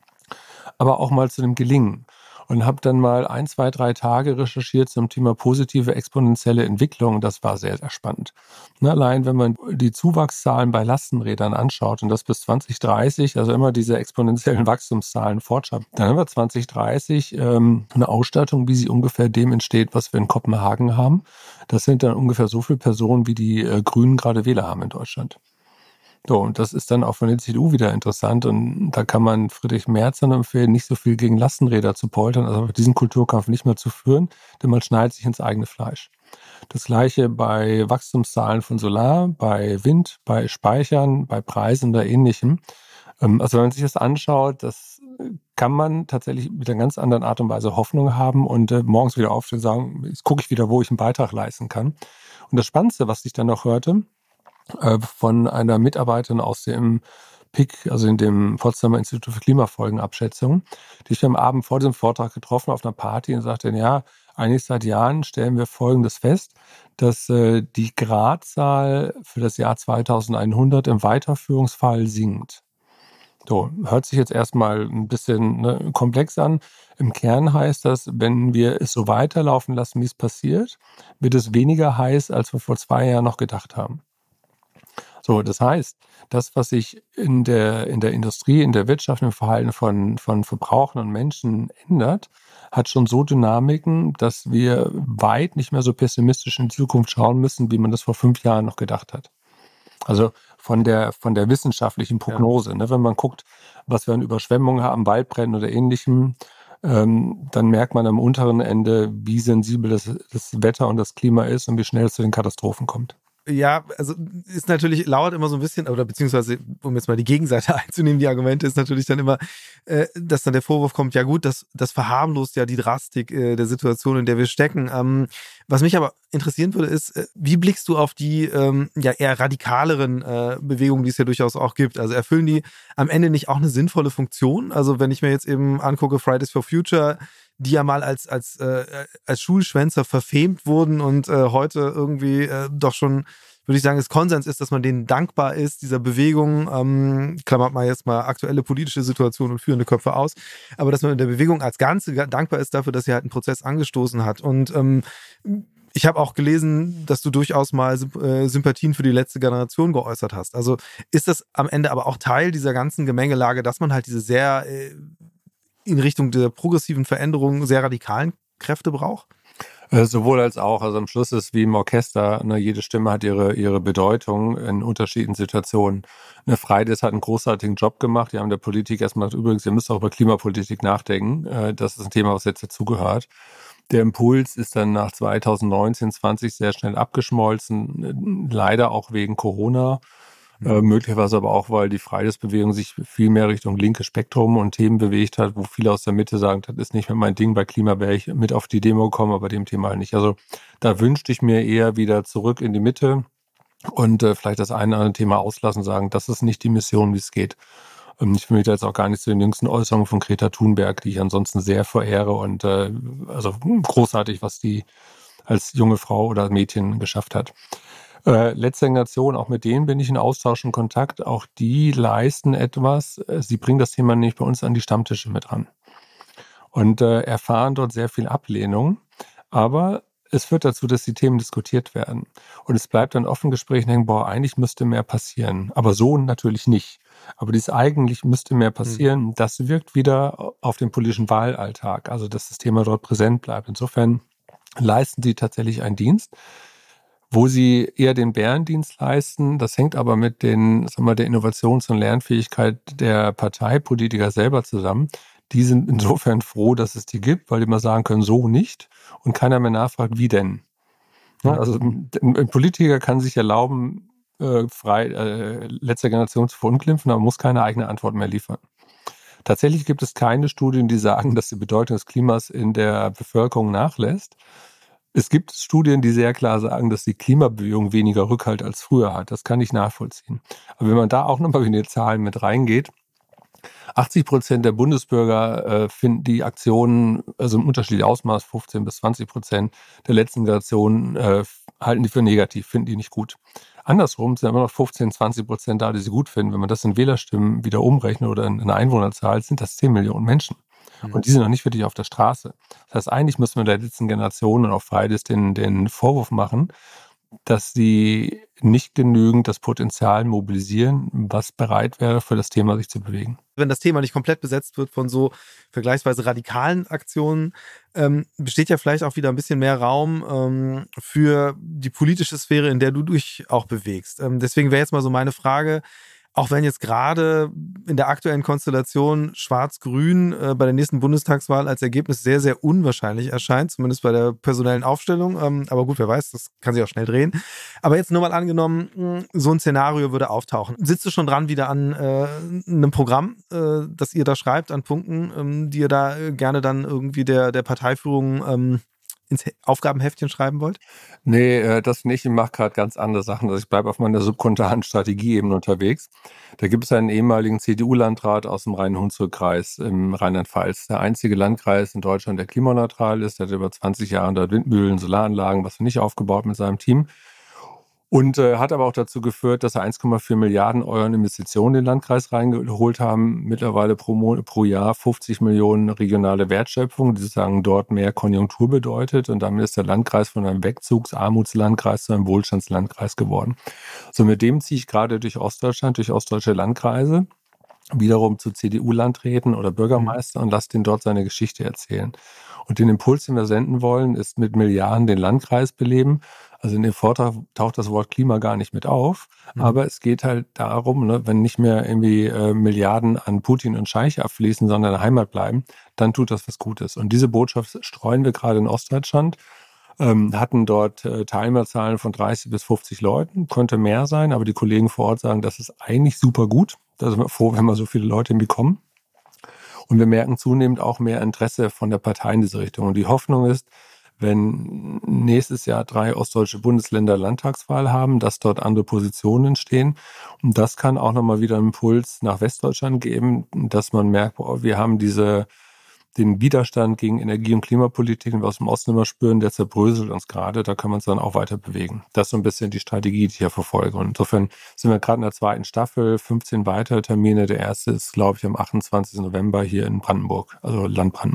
Aber auch mal zu dem Gelingen. Und habe dann mal ein, zwei, drei Tage recherchiert zum Thema positive exponentielle Entwicklung. Das war sehr, sehr spannend. Na, allein wenn man die Zuwachszahlen bei Lastenrädern anschaut, und das bis zwanzig dreißig, also immer diese exponentiellen Wachstumszahlen fortschreibt, dann haben wir zwanzig dreißig ähm, eine Ausstattung, wie sie ungefähr dem entsteht, was wir in Kopenhagen haben. Das sind dann ungefähr so viele Personen, wie die äh, Grünen gerade Wähler haben in Deutschland. So, und das ist dann auch von der C D U wieder interessant, und da kann man Friedrich Merz dann empfehlen, nicht so viel gegen Lastenräder zu poltern, also diesen Kulturkampf nicht mehr zu führen, denn man schneidet sich ins eigene Fleisch. Das gleiche bei Wachstumszahlen von Solar, bei Wind, bei Speichern, bei Preisen oder Ähnlichem. Also wenn man sich das anschaut, das kann man tatsächlich mit einer ganz anderen Art und Weise Hoffnung haben und morgens wieder aufstehen und sagen, jetzt gucke ich wieder, wo ich einen Beitrag leisten kann. Und das Spannendste, was ich dann noch hörte, von einer Mitarbeiterin aus dem P I C, also in dem Potsdamer Institut für Klimafolgenabschätzung, die ich am Abend vor diesem Vortrag getroffen auf einer Party und sagte, ja, eigentlich seit Jahren stellen wir Folgendes fest, dass äh, die Gradzahl für das Jahr zweitausendeinhundert im Weiterführungsfall sinkt. So, hört sich jetzt erstmal ein bisschen ne, komplex an. Im Kern heißt das, wenn wir es so weiterlaufen lassen, wie es passiert, wird es weniger heiß, als wir vor zwei Jahren noch gedacht haben. So, das heißt, das, was sich in der, in der Industrie, in der Wirtschaft, im Verhalten von, von Verbrauchern und Menschen ändert, hat schon so Dynamiken, dass wir weit nicht mehr so pessimistisch in die Zukunft schauen müssen, wie man das vor fünf Jahren noch gedacht hat. Also von der, von der wissenschaftlichen Prognose. Ja. Ne? Wenn man guckt, was wir an Überschwemmungen haben, Waldbränden oder Ähnlichem, ähm, dann merkt man am unteren Ende, wie sensibel das, das Wetter und das Klima ist und wie schnell es zu den Katastrophen kommt. Ja, also ist natürlich, lauert immer so ein bisschen, oder beziehungsweise, um jetzt mal die Gegenseite einzunehmen, die Argumente, ist natürlich dann immer, äh, dass dann der Vorwurf kommt, ja gut, das, das verharmlost ja die Drastik äh, der Situation, in der wir stecken. Ähm, was mich aber interessieren würde, ist, äh, wie blickst du auf die ähm, ja eher radikaleren äh, Bewegungen, die es ja durchaus auch gibt? Also erfüllen die am Ende nicht auch eine sinnvolle Funktion? Also wenn ich mir jetzt eben angucke, Fridays for Future, die ja mal als als äh, als Schulschwänzer verfemt wurden und äh, heute irgendwie äh, doch schon, würde ich sagen, das Konsens ist, dass man denen dankbar ist, dieser Bewegung, ähm, klammert mal jetzt mal aktuelle politische Situation und führende Köpfe aus, aber dass man der Bewegung als Ganze dankbar ist dafür, dass sie halt einen Prozess angestoßen hat. Und ähm, Ich habe auch gelesen, dass du durchaus mal äh, Sympathien für die letzte Generation geäußert hast. Also ist das am Ende aber auch Teil dieser ganzen Gemengelage, dass man halt diese sehr äh, in Richtung der progressiven Veränderungen sehr radikalen Kräfte braucht? Äh, sowohl als auch. Also am Schluss ist wie im Orchester, ne, jede Stimme hat ihre, ihre Bedeutung in unterschiedlichen Situationen. Eine Fridays hat einen großartigen Job gemacht. Die haben der Politik erstmal gesagt, übrigens, ihr müsst auch über Klimapolitik nachdenken. Äh, das ist ein Thema, was jetzt dazugehört. Der Impuls ist dann nach zweitausendneunzehn, zwanzig sehr schnell abgeschmolzen, leider auch wegen Corona. Mhm. Äh, möglicherweise aber auch, weil die Fridays-Bewegung sich viel mehr Richtung linkes Spektrum und Themen bewegt hat, wo viele aus der Mitte sagen, das ist nicht mehr mein Ding, bei Klima wäre ich mit auf die Demo gekommen, aber bei dem Thema halt nicht. Also da wünschte ich mir eher wieder zurück in die Mitte und äh, vielleicht das eine oder andere Thema auslassen, sagen, das ist nicht die Mission, wie es geht. Ich will mich da jetzt auch gar nicht zu den jüngsten Äußerungen von Greta Thunberg, die ich ansonsten sehr verehre und äh, also großartig, was die als junge Frau oder Mädchen geschafft hat. Äh, letzte Generation, auch mit denen bin ich in Austausch und Kontakt. Auch die leisten etwas. Sie bringen das Thema nämlich bei uns an die Stammtische mit ran und äh, erfahren dort sehr viel Ablehnung. Aber es führt dazu, dass die Themen diskutiert werden. Und es bleibt dann offen Gesprächen hängen, boah, eigentlich müsste mehr passieren. Aber so natürlich nicht. Aber dieses eigentlich müsste mehr passieren, das wirkt wieder auf den politischen Wahlalltag. Also, dass das Thema dort präsent bleibt. Insofern leisten sie tatsächlich einen Dienst. Wo sie eher den Bärendienst leisten, das hängt aber mit den, sagen wir mal, der Innovations- und Lernfähigkeit der Parteipolitiker selber zusammen. Die sind insofern froh, dass es die gibt, weil die mal sagen können, so nicht. Und keiner mehr nachfragt, wie denn? Ja, also ein, ein Politiker kann sich erlauben, äh, frei äh, letzter Generation zu verunglimpfen, aber muss keine eigene Antwort mehr liefern. Tatsächlich gibt es keine Studien, die sagen, dass die Bedeutung des Klimas in der Bevölkerung nachlässt. Es gibt Studien, die sehr klar sagen, dass die Klimabewegung weniger Rückhalt als früher hat. Das kann ich nachvollziehen. Aber wenn man da auch nochmal in die Zahlen mit reingeht, achtzig Prozent der Bundesbürger äh, finden die Aktionen, also im unterschiedlichen Ausmaß, fünfzehn bis zwanzig Prozent der letzten Generation äh, halten die für negativ, finden die nicht gut. Andersrum sind immer noch fünfzehn, zwanzig Prozent da, die sie gut finden. Wenn man das in Wählerstimmen wieder umrechnet oder in eine Einwohnerzahl, sind das zehn Millionen Menschen. Mhm. Und die sind noch nicht wirklich auf der Straße. Das heißt, eigentlich müssen wir der letzten Generation und auch Fridays den, den Vorwurf machen, dass sie nicht genügend das Potenzial mobilisieren, was bereit wäre, für das Thema sich zu bewegen. Wenn das Thema nicht komplett besetzt wird von so vergleichsweise radikalen Aktionen, ähm, besteht ja vielleicht auch wieder ein bisschen mehr Raum ähm, für die politische Sphäre, in der du dich auch bewegst. Ähm, deswegen wäre jetzt mal so meine Frage, auch wenn jetzt gerade in der aktuellen Konstellation Schwarz-Grün äh, bei der nächsten Bundestagswahl als Ergebnis sehr, sehr unwahrscheinlich erscheint, zumindest bei der personellen Aufstellung. Ähm, aber gut, wer weiß, das kann sich auch schnell drehen. Aber jetzt nur mal angenommen, so ein Szenario würde auftauchen. Sitzt du schon dran wieder an äh, einem Programm, äh, das ihr da schreibt, an Punkten, ähm, die ihr da äh, gerne dann irgendwie der, der Parteiführung ähm, ins Aufgabenheftchen schreiben wollt? Nee, das nicht. Ich mache gerade ganz andere Sachen. Also ich bleibe auf meiner subkontinentalen Strategieebene unterwegs. Da gibt es einen ehemaligen C D U-Landrat aus dem Rhein-Hunsrück-Kreis im Rheinland-Pfalz. Der einzige Landkreis in Deutschland, der klimaneutral ist. Der hat über zwanzig Jahre dort Windmühlen, Solaranlagen, was nicht aufgebaut mit seinem Team. Und äh, hat aber auch dazu geführt, dass er eins Komma vier Milliarden Euro in Investitionen in den Landkreis reingeholt haben. Mittlerweile pro, Mo- pro Jahr fünfzig Millionen regionale Wertschöpfung, die sozusagen dort mehr Konjunktur bedeutet. Und damit ist der Landkreis von einem Wegzugs-Armutslandkreis zu einem Wohlstandslandkreis geworden. So mit dem ziehe ich gerade durch Ostdeutschland, durch ostdeutsche Landkreise, wiederum zu C D U-Landräten oder Bürgermeister und lasse den dort seine Geschichte erzählen. Und den Impuls, den wir senden wollen, ist mit Milliarden den Landkreis beleben. Also in dem Vortrag taucht das Wort Klima gar nicht mit auf. Mhm. Aber es geht halt darum, ne, wenn nicht mehr irgendwie äh, Milliarden an Putin und Scheich abfließen, sondern in der Heimat bleiben, dann tut das was Gutes. Und diese Botschaft streuen wir gerade in Ostdeutschland. Ähm, hatten dort äh, Teilnehmerzahlen von dreißig bis fünfzig Leuten, könnte mehr sein, aber die Kollegen vor Ort sagen, das ist eigentlich super gut. Da sind wir froh, wenn wir so viele Leute irgendwie kommen. Und wir merken zunehmend auch mehr Interesse von der Partei in diese Richtung. Und die Hoffnung ist, wenn nächstes Jahr drei ostdeutsche Bundesländer Landtagswahl haben, dass dort andere Positionen entstehen. Und das kann auch nochmal wieder einen Impuls nach Westdeutschland geben, dass man merkt, boah, wir haben diese, den Widerstand gegen Energie- und Klimapolitik, den wir aus dem Osten immer spüren, der zerbröselt uns gerade. Da können wir uns dann auch weiter bewegen. Das ist so ein bisschen die Strategie, die ich hier verfolge. Und insofern sind wir gerade in der zweiten Staffel, fünfzehn weitere Termine. Der erste ist, glaube ich, am achtundzwanzigsten November hier in Brandenburg, also Land Brandenburg.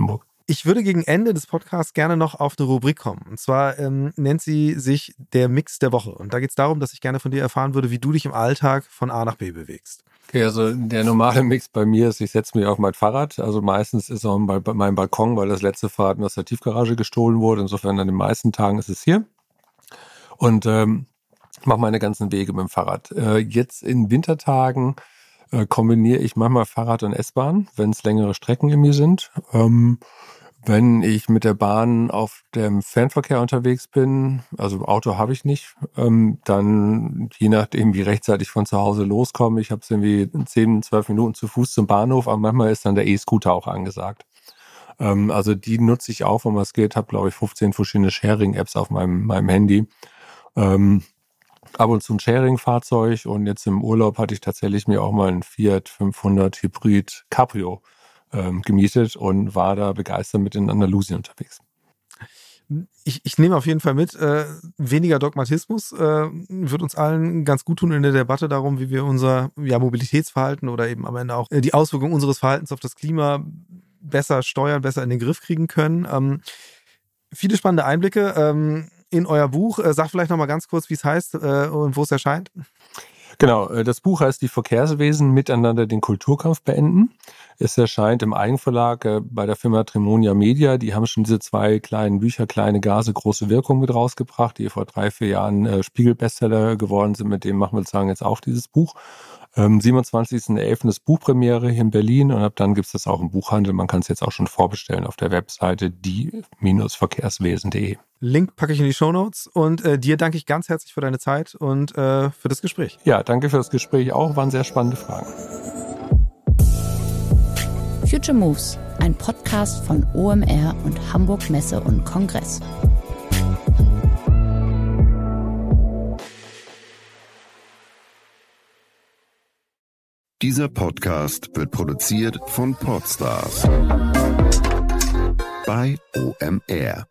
Ich würde gegen Ende des Podcasts gerne noch auf eine Rubrik kommen. Und zwar ähm, nennt sie sich der Mix der Woche. Und da geht es darum, dass ich gerne von dir erfahren würde, wie du dich im Alltag von A nach B bewegst. Okay, also der normale Mix bei mir ist, ich setze mich auf mein Fahrrad. Also meistens ist auch bei meinem Balkon, weil das letzte Fahrrad aus der Tiefgarage gestohlen wurde. Insofern an den meisten Tagen ist es hier. Und ähm, mache meine ganzen Wege mit dem Fahrrad. Äh, jetzt in Wintertagen äh, kombiniere ich manchmal Fahrrad und S-Bahn, wenn es längere Strecken in mir sind. Ähm, Wenn ich mit der Bahn auf dem Fernverkehr unterwegs bin, also Auto habe ich nicht, ähm, dann je nachdem, wie rechtzeitig ich von zu Hause loskomme, ich habe es irgendwie zehn, zwölf Minuten zu Fuß zum Bahnhof, aber manchmal ist dann der E-Scooter auch angesagt. Ähm, also die nutze ich auch, wenn man es geht, habe glaube ich fünfzehn verschiedene Sharing-Apps auf meinem, meinem Handy. Ähm, ab und zu ein Sharing-Fahrzeug und jetzt im Urlaub hatte ich tatsächlich mir auch mal ein Fiat fünfhundert Hybrid Cabrio Ähm, gemietet und war da begeistert mit in Andalusien unterwegs. Ich, ich nehme auf jeden Fall mit, äh, weniger Dogmatismus äh, wird uns allen ganz gut tun in der Debatte darum, wie wir unser ja, Mobilitätsverhalten oder eben am Ende auch äh, die Auswirkungen unseres Verhaltens auf das Klima besser steuern, besser in den Griff kriegen können. Ähm, viele spannende Einblicke ähm, in euer Buch. Äh, sag vielleicht nochmal ganz kurz, wie es heißt äh, und wo es erscheint. Genau, das Buch heißt Die Verkehrswesen miteinander den Kulturkampf beenden. Es erscheint im Eigenverlag äh, bei der Firma Tremonia Media. Die haben schon diese zwei kleinen Bücher, Kleine Gase, große Wirkung mit rausgebracht, die vor drei, vier Jahren äh, Spiegel-Bestseller geworden sind. Mit dem machen wir sozusagen jetzt auch dieses Buch. Ähm, siebenundzwanzigsten elften ist Buchpremiere hier in Berlin und ab dann gibt es das auch im Buchhandel. Man kann es jetzt auch schon vorbestellen auf der Webseite die Verkehrswesen punkt de. Link packe ich in die Shownotes und äh, dir danke ich ganz herzlich für deine Zeit und äh, für das Gespräch. Ja, danke für das Gespräch auch. Waren sehr spannende Fragen. Future Moves, ein Podcast von O M R und Hamburg Messe und Kongress. Dieser Podcast wird produziert von Podstars bei O M R.